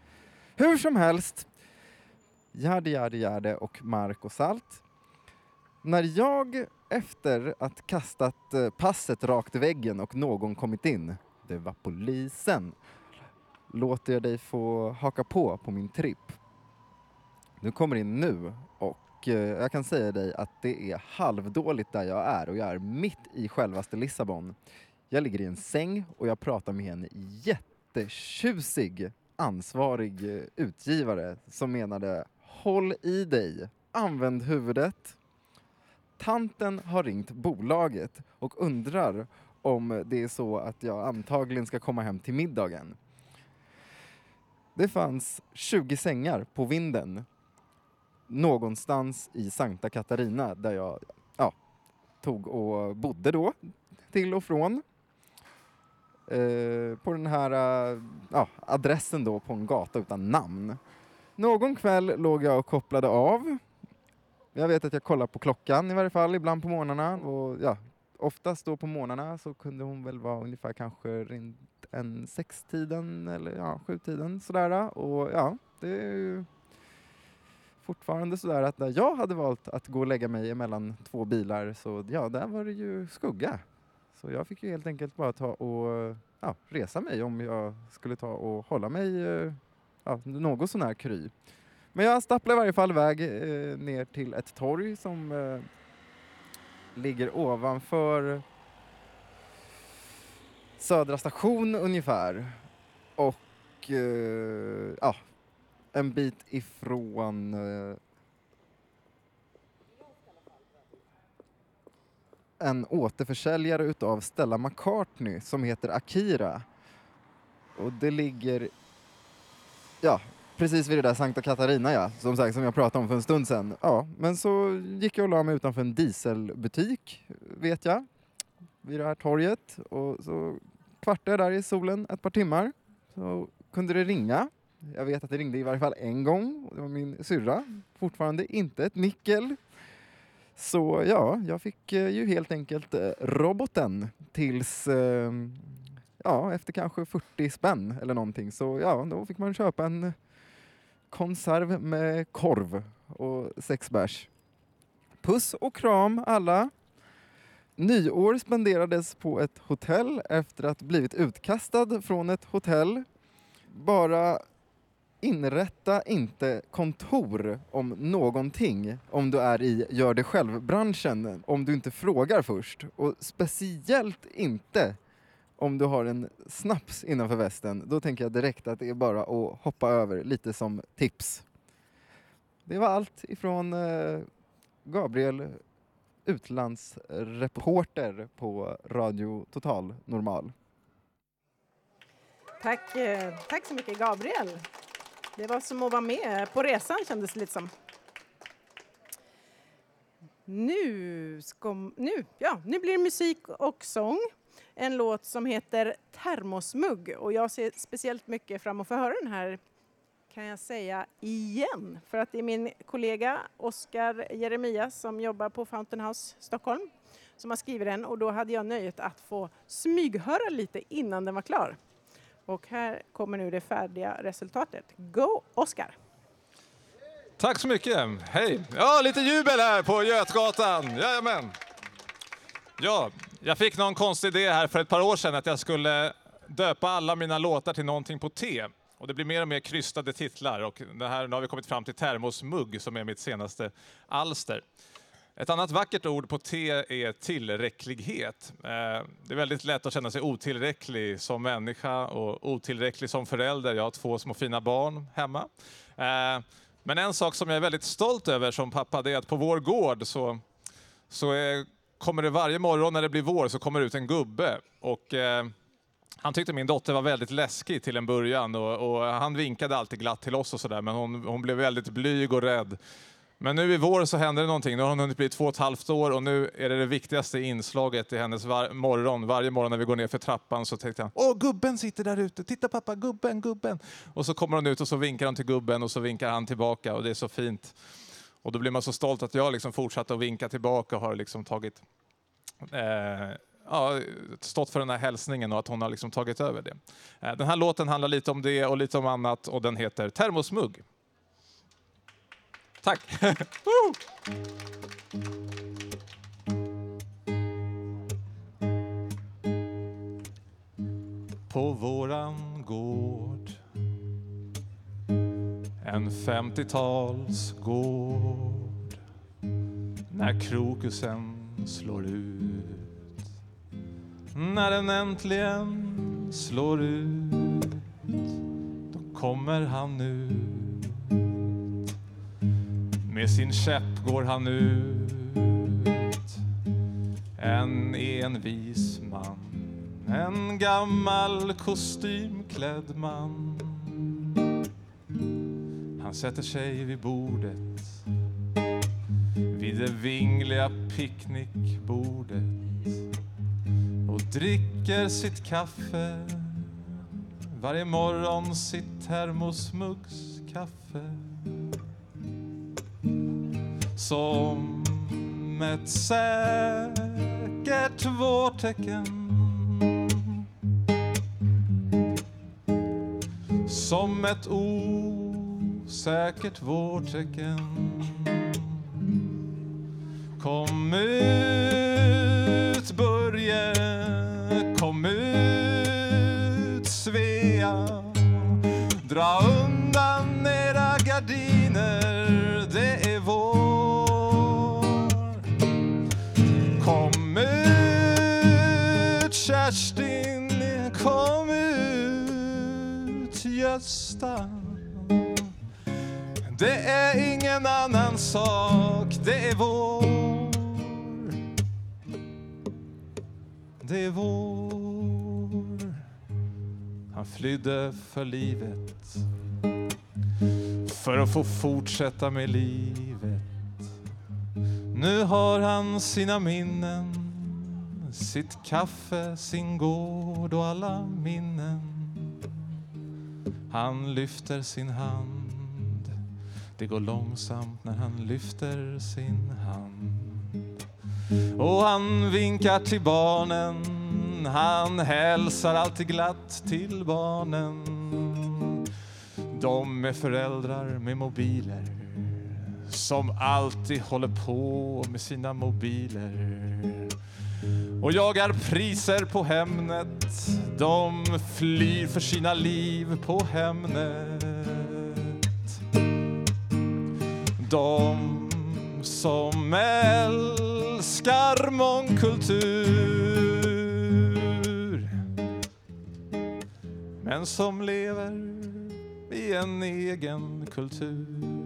Hur som helst. Gärde och mark och salt. När jag efter att kastat passet rakt i väggen och någon kommit in, det var polisen, låter jag dig få haka på min tripp. Du kommer in nu och jag kan säga dig att det är halvdåligt där jag är och jag är mitt i självaste Lissabon. Jag ligger i en säng och jag pratar med en jättetjusig ansvarig utgivare som menade håll i dig, använd huvudet. Tanten har ringt bolaget och undrar om det är så att jag antagligen ska komma hem till middagen. Det fanns 20 sängar på vinden någonstans i Santa Catarina där jag tog och bodde då till och från. På den här adressen då på en gata utan namn. Någon kväll låg jag och kopplade av. Jag vet att jag kollar på klockan i varje fall ibland på morgnarna och oftast då på morgnarna så kunde hon väl vara ungefär kanske runt en 6-tiden eller 7-tiden sådär. Och det är ju fortfarande sådär att när jag hade valt att gå och lägga mig emellan 2 bilar så där var det ju skugga. Så jag fick ju helt enkelt bara ta och resa mig om jag skulle ta och hålla mig något sån här kry. Men jag stapplade i varje fall iväg ner till ett torg som ligger ovanför Södra station ungefär. Och en bit ifrån en återförsäljare utav Stella McCartney som heter Akira. Och det ligger precis vid det där Santa Catarina som sagt, som jag pratade om för en stund sedan. Ja, men så gick jag och la mig utanför en dieselbutik, vet jag, vid det här torget. Och så kvartade jag där i solen ett par timmar. Så kunde det ringa. Jag vet att det ringde i varje fall en gång. Det var min syrra. Fortfarande inte ett nickel. Så jag fick ju helt enkelt roboten tills efter kanske 40 spänn eller någonting. Så då fick man köpa en konserv med korv och 6 bärs. Puss och kram alla. Nyår spenderades på ett hotell efter att blivit utkastad från ett hotell. Bara inrätta inte kontor om någonting om du är i gör det själv-branschen om du inte frågar först. Och speciellt inte om du har en snaps innanför västen. Då tänker jag direkt att det är bara att hoppa över lite som tips. Det var allt ifrån Gabriel, utlandsreporter på Radio Total Normal. Tack så mycket Gabriel. Det var som att vara med på resan kändes det lite som. Nu blir det musik och sång. En låt som heter Termosmugg. Och jag ser speciellt mycket fram att få höra den här, kan jag säga, igen. För att det är min kollega Oskar Jeremias som jobbar på Fountain House Stockholm som har skrivit den. Och då hade jag nöjet att få smyghöra lite innan den var klar. Och här kommer nu det färdiga resultatet. Go, Oskar! Tack så mycket. Hej! Ja, lite jubel här på Götgatan. Jajamän! Ja, jag fick någon konstig idé här för ett par år sedan att jag skulle döpa alla mina låtar till någonting på T. Och det blir mer och mer krystade titlar. Och nu har vi kommit fram till Termosmugg som är mitt senaste alster. Ett annat vackert ord på T är tillräcklighet. Det är väldigt lätt att känna sig otillräcklig som människa och otillräcklig som förälder. Jag har 2 små fina barn hemma. Men en sak som jag är väldigt stolt över som pappa, det är att på vår gård så kommer det varje morgon när det blir vår så kommer det ut en gubbe. Och han tyckte min dotter var väldigt läskig till en början och han vinkade alltid glatt till oss och sådär, men hon blev väldigt blyg och rädd. Men nu i vår så händer det någonting. Nu har hon hunnit bli 2,5 år och nu är det viktigaste inslaget i hennes morgon. Varje morgon när vi går ner för trappan så tänkte han: åh, gubben sitter där ute. Titta pappa, gubben. Och så kommer hon ut och så vinkar han till gubben och så vinkar han tillbaka och det är så fint. Och då blir man så stolt att jag liksom fortsatt att vinka tillbaka och har liksom tagit stått för den här hälsningen och att hon har liksom tagit över det. Den här låten handlar lite om det och lite om annat och den heter Termosmugg. Tack! På våran gård, en 50-talsgård, när krokusen slår ut, när den äntligen slår ut, då kommer han ut. Med sin käpp går han ut, en envis man, en gammal kostymklädd man. Han sätter sig vid bordet, vid det vingliga picknickbordet, och dricker sitt kaffe, varje morgon sitt termosmuggskaffe. Som ett säkert vårtecken, som ett osäkert vårtecken. Kom ut Börje, kom ut Svea, dra undan era gardiner, det är vår. Kom ut Kerstin, kom ut Gösta. Det är ingen annan sak, det är vår. Det är vår. Han flydde för livet, för att få fortsätta med livet. Nu har han sina minnen, sitt kaffe, sin gård och alla minnen. Han lyfter sin hand, det går långsamt när han lyfter sin hand. Och han vinkar till barnen, han hälsar alltid glatt till barnen. De är föräldrar med mobiler, som alltid håller på med sina mobiler och jagar priser på Hemnet. De flyr för sina liv på Hemnet. De som älskar mångkultur, men som lever i en egen kultur.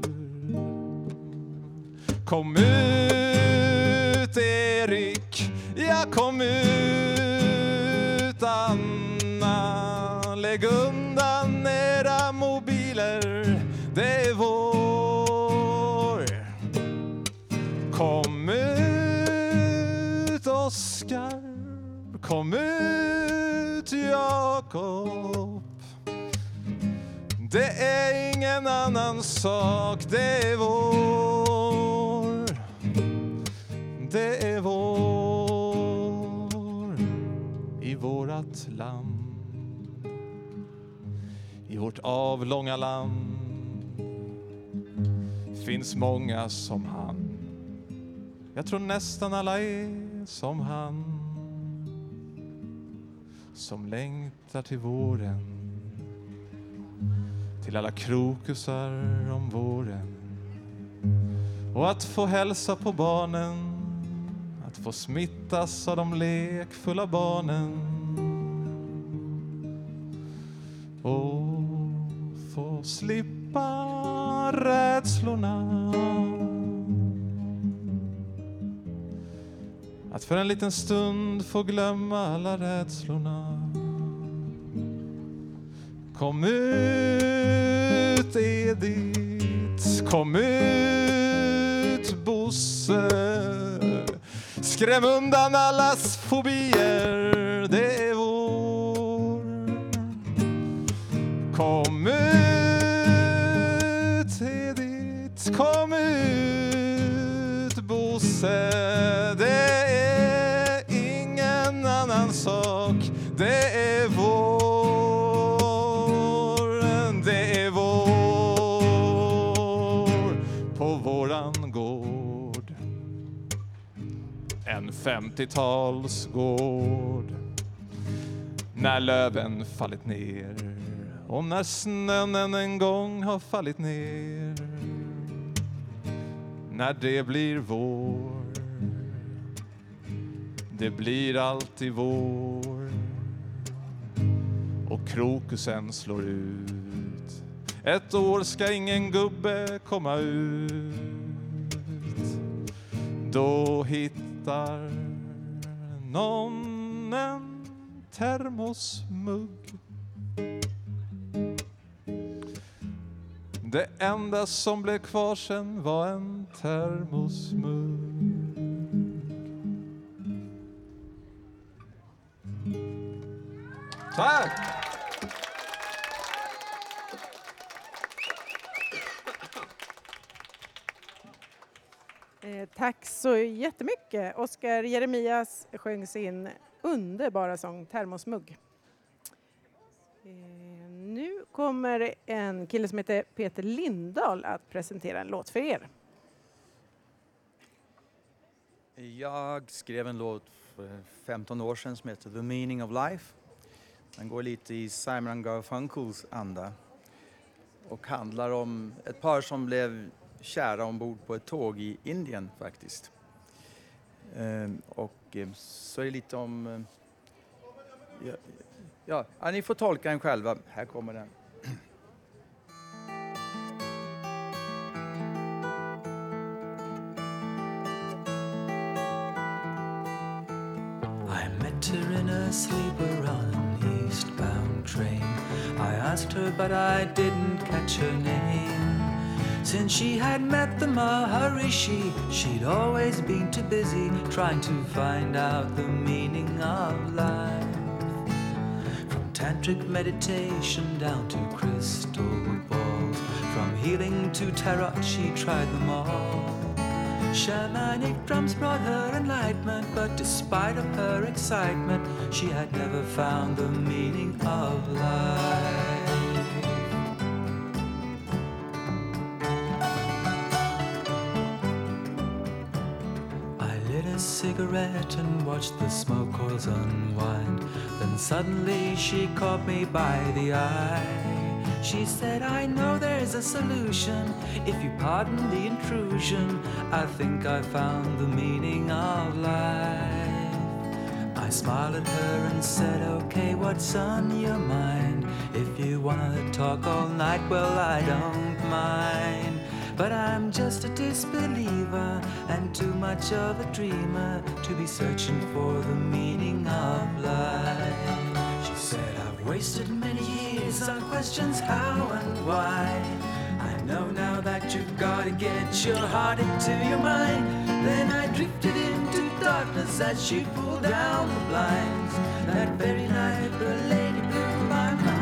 Kom ut Erik, ja kom ut Anna. Lägg undan era mobiler, det är vår. Kom ut Oskar, kom ut Jakob. Det är ingen annan sak, det är vår. Det är vår i vårat land, i vårt avlånga land finns många som han. Jag tror nästan alla är som han, som längtar till våren, till alla krokusar om våren, och att få hälsa på barnen, att få smittas av de lekfulla barnen och få slippa rädslorna. Att för en liten stund få glömma alla rädslorna. Kom ut Edith, kom ut Bosse. Skräm undan allas fobier, det är vår. Kom ut Edith, kom ut Bosse. Det är ingen annan sak, det är vår. Det är vår på vår. 50-talsgård. När löven fallit ner och när snön än en gång har fallit ner. När det blir vår, det blir alltid vår. Och krokusen slår ut. Ett år ska ingen gubbe komma ut. Då hittar någon en termosmugg. Det enda som blev kvar sen var en termosmugg. Tack! Tack så jättemycket. Oskar Jeremias sjöng sin underbara sång Termosmugg. Nu kommer en kille som heter Peter Lindahl att presentera en låt för er. Jag skrev en låt för 15 år sedan som heter The Meaning of Life. Den går lite i Simon & Garfunkels anda och handlar om ett par som blev kära ombord på ett tåg i Indien faktiskt. Och så är det lite om... Ja, ni får tolka den själva. Här kommer den. I met her in a sleeper on an eastbound train. I asked her but I didn't catch her name. Since she had met the Maharishi, she'd always been too busy trying to find out the meaning of life. From tantric meditation down to crystal balls, from healing to tarot, she tried them all. Shamanic drums brought her enlightenment, but despite of her excitement, she had never found the meaning of life. Cigarette and watched the smoke coils unwind. Then suddenly she caught me by the eye. She said, I know there's a solution. If you pardon the intrusion, I think I found the meaning of life. I smiled at her and said, okay, what's on your mind? If you wanna talk all night, well, I don't mind. But I'm just a disbeliever and too much of a dreamer to be searching for the meaning of life. She said, I've wasted many years on questions how and why. I know now that you've got to get your heart into your mind. Then I drifted into darkness as she pulled down the blinds. That very night the lady blew my mind.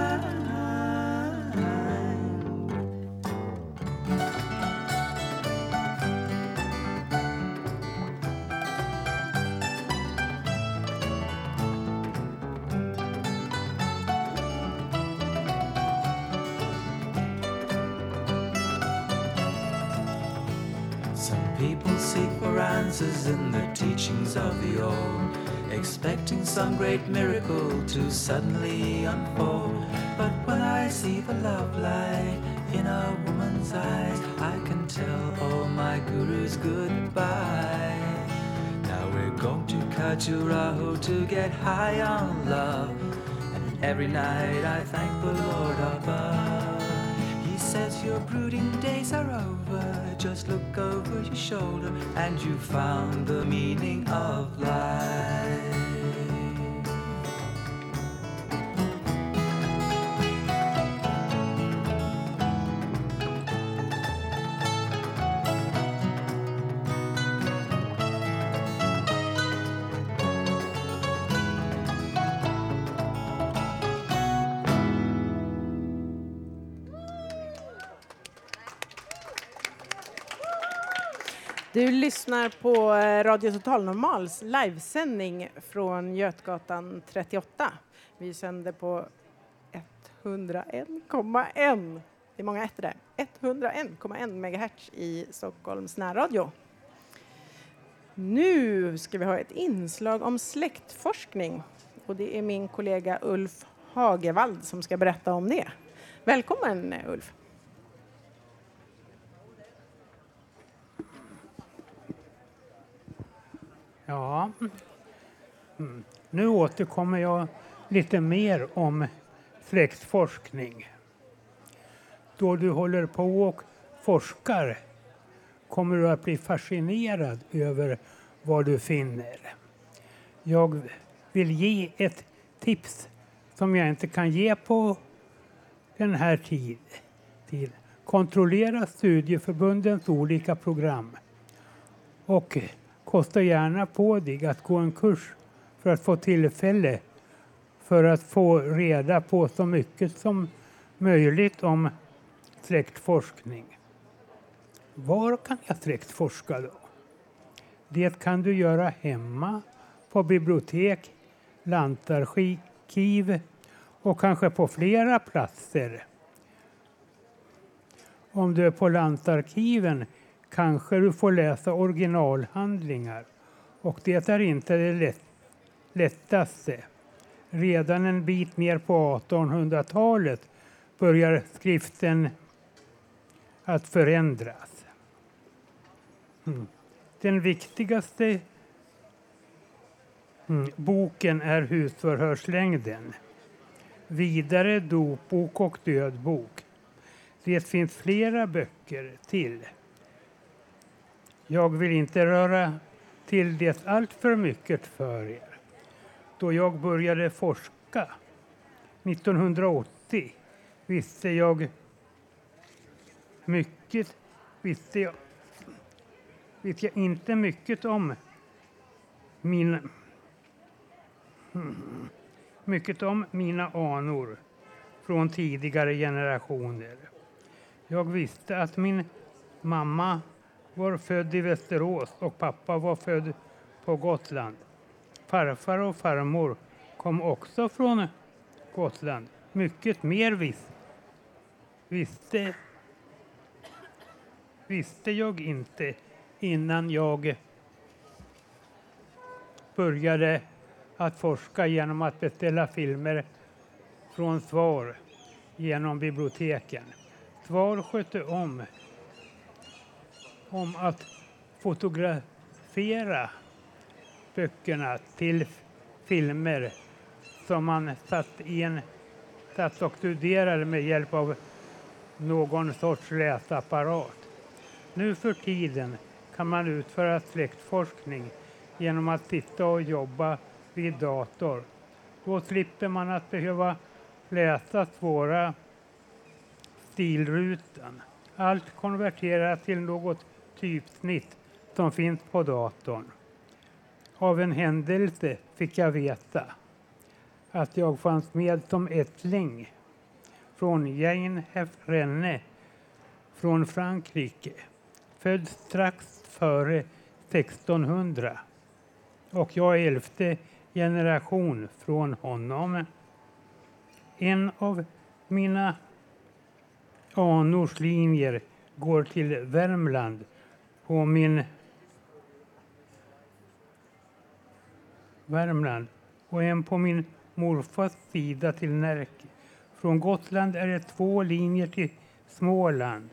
Answers in the teachings of the old, expecting some great miracle to suddenly unfold. But when I see the love light in a woman's eyes, I can tell all my gurus goodbye. Now we're going to Khajuraho to get high on love, and every night I thank the Lord above. He says your brooding days are over. Just look over your shoulder and you found the meaning of life. Du lyssnar på Radio Total Normals livesändning från Götgatan 38. Vi sänder på 101,1. Det är många ettor där. 101,1 MHz i Stockholms närradio. Nu ska vi ha ett inslag om släktforskning. Och det är min kollega Ulf Hagevald som ska berätta om det. Välkommen Ulf! Ja, nu återkommer jag lite mer om släktforskning. Då du håller på och forskar kommer du att bli fascinerad över vad du finner. Jag vill ge ett tips som jag inte kan ge på den här tiden. Kontrollera studieförbundens olika program och kosta gärna på dig att gå en kurs för att få tillfälle för att få reda på så mycket som möjligt om släktforskning. Var kan jag släktforska då? Det kan du göra hemma, på bibliotek, lantarkiv och kanske på flera platser. Om du är på lantarkiven kanske du får läsa originalhandlingar och det är inte det lättaste. Redan en bit ner på 1800-talet börjar skriften att förändras. Den viktigaste boken är husförhörslängden. Vidare dopbok och dödbok. Det finns flera böcker till. Jag vill inte röra till det allt för mycket för er. Då jag började forska 1980 visste jag inte mycket om mina anor från tidigare generationer. Jag visste att min mamma var född i Västerås och pappa var född på Gotland. Farfar och farmor kom också från Gotland. Mycket mer visste jag inte innan jag började att forska genom att beställa filmer från SVAR genom biblioteken. SVAR skötte om att fotografera böckerna till filmer som man satt och studerade med hjälp av någon sorts läsapparat. Nu för tiden kan man utföra släktforskning genom att sitta och jobba vid dator. Då slipper man att behöva läsa svåra stilrutan. Allt konverteras till något typsnitt som finns på datorn. Av en händelse fick jag veta att jag fanns med som ättling från Jane Renne från Frankrike. Född strax före 1600. Och jag är 11:e generation från honom. En av mina anors linjer går till Värmland på min och en på min morfars sida till Närke. Från Gotland är det 2 linjer till Småland.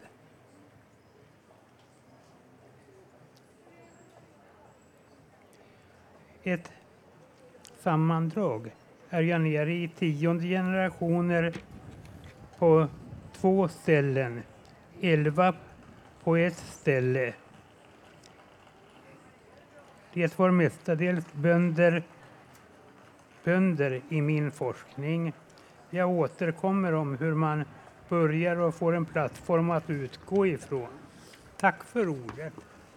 Ett sammandrag är jag nere i 10:e generationer på 2 ställen. 11 på ett ställe. Det var mestadels bönder i min forskning. Jag återkommer om hur man börjar och får en plattform att utgå ifrån. Tack för ordet.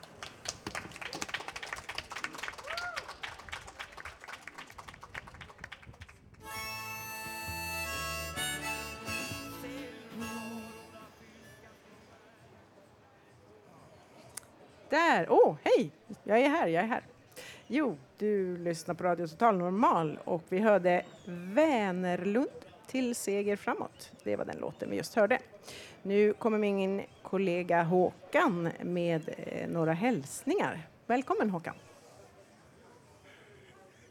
Där, hej! Jag är här. Jo, du lyssnar på Radio Total Normal och vi hörde Vänerlund till seger framåt. Det var den låten vi just hörde. Nu kommer min kollega Håkan med några hälsningar. Välkommen Håkan.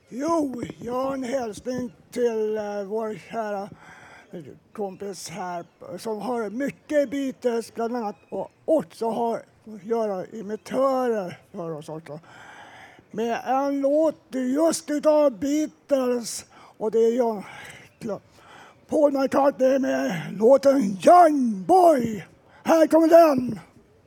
Jo, jag har en hälsning till vår kära kompis här som har mycket Beatles bland annat och också har att göra imitörer för oss också. Med en låt just utav Beatles och det är John Paul McCartney med låten Young Boy. Här kommer den!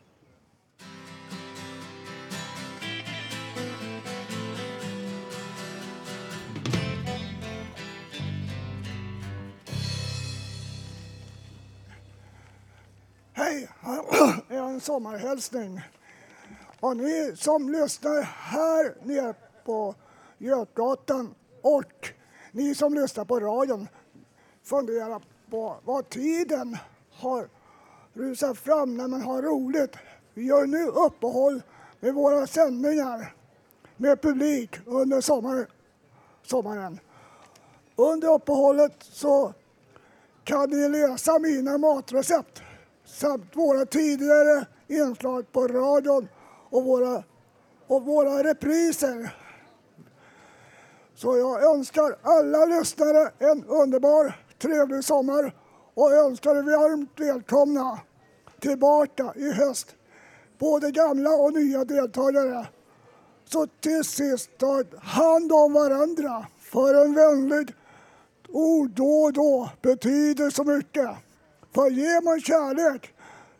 Hej, en sommarhälsning. Och ni som lyssnar här nere på Götgatan och ni som lyssnar på radion funderar på vad tiden har rusat fram när man har roligt. Vi gör nu uppehåll med våra sändningar med publik under sommaren. Under uppehållet så kan ni läsa mina matrecept samt våra tidigare inslag på radion och våra repriser. Så jag önskar alla lyssnare en underbar, trevlig sommar och önskar er varmt välkomna tillbaka i höst. Både gamla och nya deltagare. Så till sist, ta hand om varandra. För en vänlig ord då och då betyder så mycket. För ger man kärlek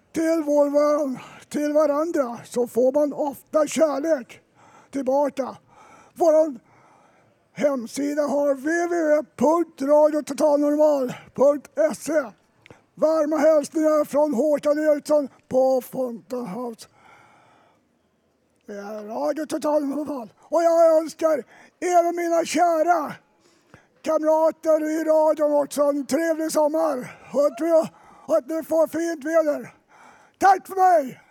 till varandra så får man ofta kärlek tillbaka. Vår hemsida har www.radiototalnormal.se. Varma hälsningar från Håkan Eriksson på Fountain House. Radio Total Normal. Och jag önskar även mina kära kamrater i radion också en trevlig sommar. Och att ni får fint väder. Tack för mig!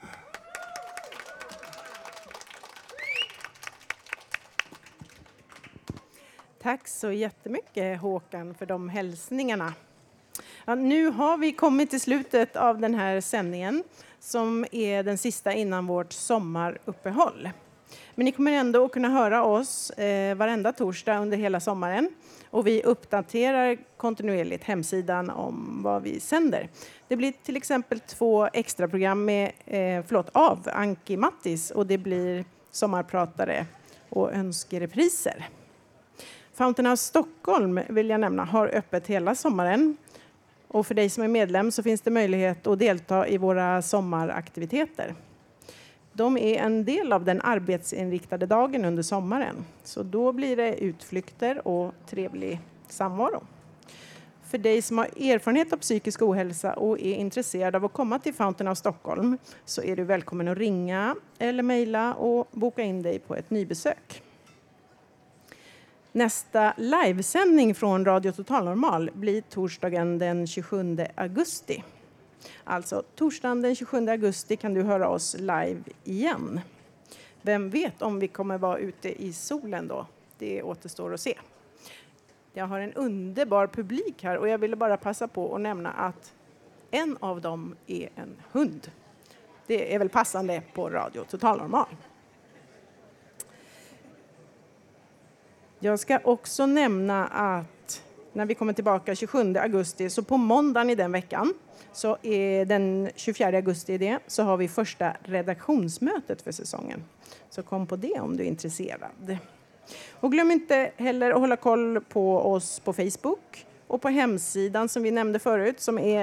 Tack så jättemycket Håkan för de hälsningarna. Ja, nu har vi kommit till slutet av den här sändningen som är den sista innan vårt sommaruppehåll. Men ni kommer ändå att kunna höra oss varenda torsdag under hela sommaren. Och vi uppdaterar kontinuerligt hemsidan om vad vi sänder. Det blir till exempel 2 extra program med, av Anki Mattis och det blir sommarpratare och önskerepriser. Fountain House Stockholm vill jag nämna har öppet hela sommaren. Och för dig som är medlem så finns det möjlighet att delta i våra sommaraktiviteter. De är en del av den arbetsinriktade dagen under sommaren. Så då blir det utflykter och trevlig samvaro. För dig som har erfarenhet av psykisk ohälsa och är intresserad av att komma till Fountain House Stockholm så är du välkommen att ringa eller mejla och boka in dig på ett nybesök. Nästa livesändning från Radio Total Normal blir torsdagen den 27 augusti. Alltså torsdagen den 27 augusti kan du höra oss live igen. Vem vet om vi kommer vara ute i solen då? Det återstår att se. Jag har en underbar publik här och jag ville bara passa på att nämna att en av dem är en hund. Det är väl passande på Radio Total Normal. Jag ska också nämna att när vi kommer tillbaka 27 augusti så på måndagen i den veckan så är den 24 augusti i det så har vi första redaktionsmötet för säsongen. Så kom på det om du är intresserad. Och glöm inte heller att hålla koll på oss på Facebook och på hemsidan som vi nämnde förut som är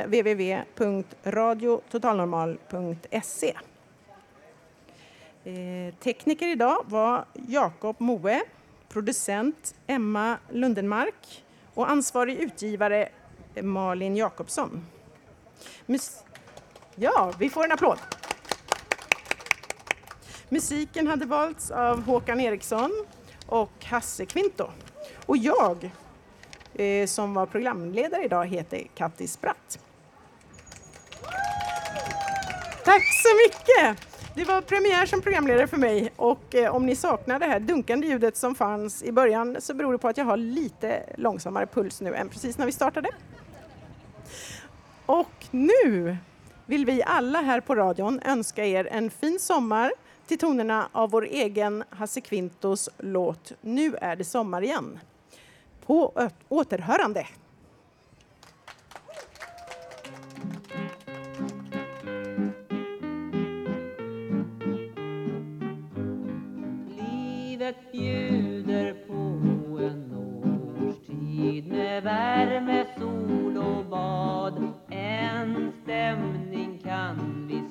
www.radiototalnormal.se. Tekniker idag var Jakob Moe, producent Emma Lundenmark och ansvarig utgivare Malin Jakobsson. Ja, vi får en applåd. Musiken hade valts av Håkan Eriksson och Hasse Kvinto. Och jag, som var programledare idag, heter Katti Spratt. Tack så mycket! Det var premiär som programledare för mig och om ni saknar det här dunkande ljudet som fanns i början så beror det på att jag har lite långsammare puls nu än precis när vi startade. Och nu vill vi alla här på radion önska er en fin sommar till tonerna av vår egen Hasse Kvintos låt Nu är det sommar igen. På återhörande! Livet bjuder på en årstid med värme, sol och bad. En stämning kan vi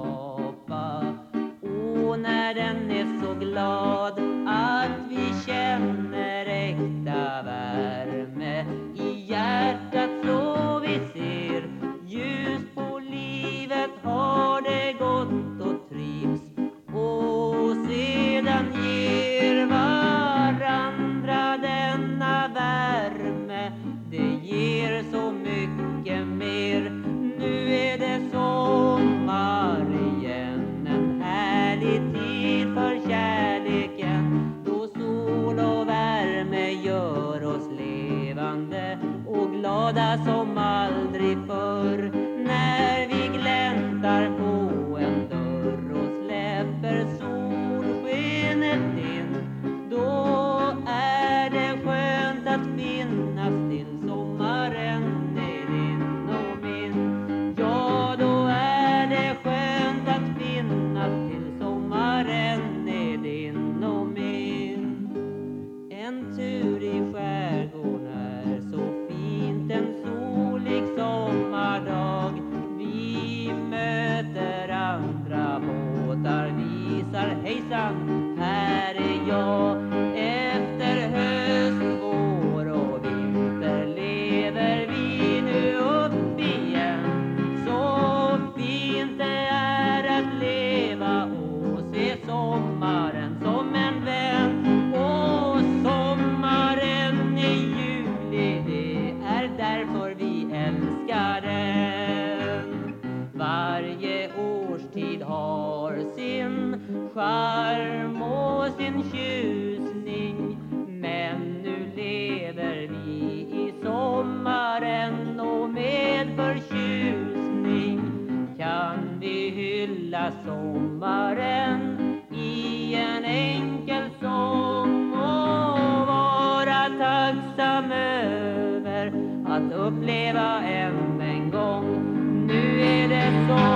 skapa, och när den är så glad att vi känner äkta värme i hjärtat, så vi ser ljus på livet, har det gott och trivs, och sedan ger varandra denna värme. Det ger så mycket mer. Nu är det sommar igen, en härlig tid för kärleken, då sol och värme gör oss levande och glada som aldrig förr. När vi gläntar på en dörr och släpper solskenet in, då är det skönt att finnas till. Sommaren är din och min. Ja, då är det skönt att finnas till. Sommaren är din och min. En tur i skärgården är så fint en solig sommardag. Vi möter andra båtar, visar hejsan, här är jag. Efter höst, vår och vinter lever vi nu upp igen. Så fint det är att leva och se sommaren som en vän. Och sommaren är ljuvlig, det är därför vi älskar den. Varje årstid har sin charm och sin tjusning, men nu lever vi i sommaren, och med förtjusning kan vi hylla sommaren i en enkel sång och vara tacksam över att uppleva än en gång. Nu är det så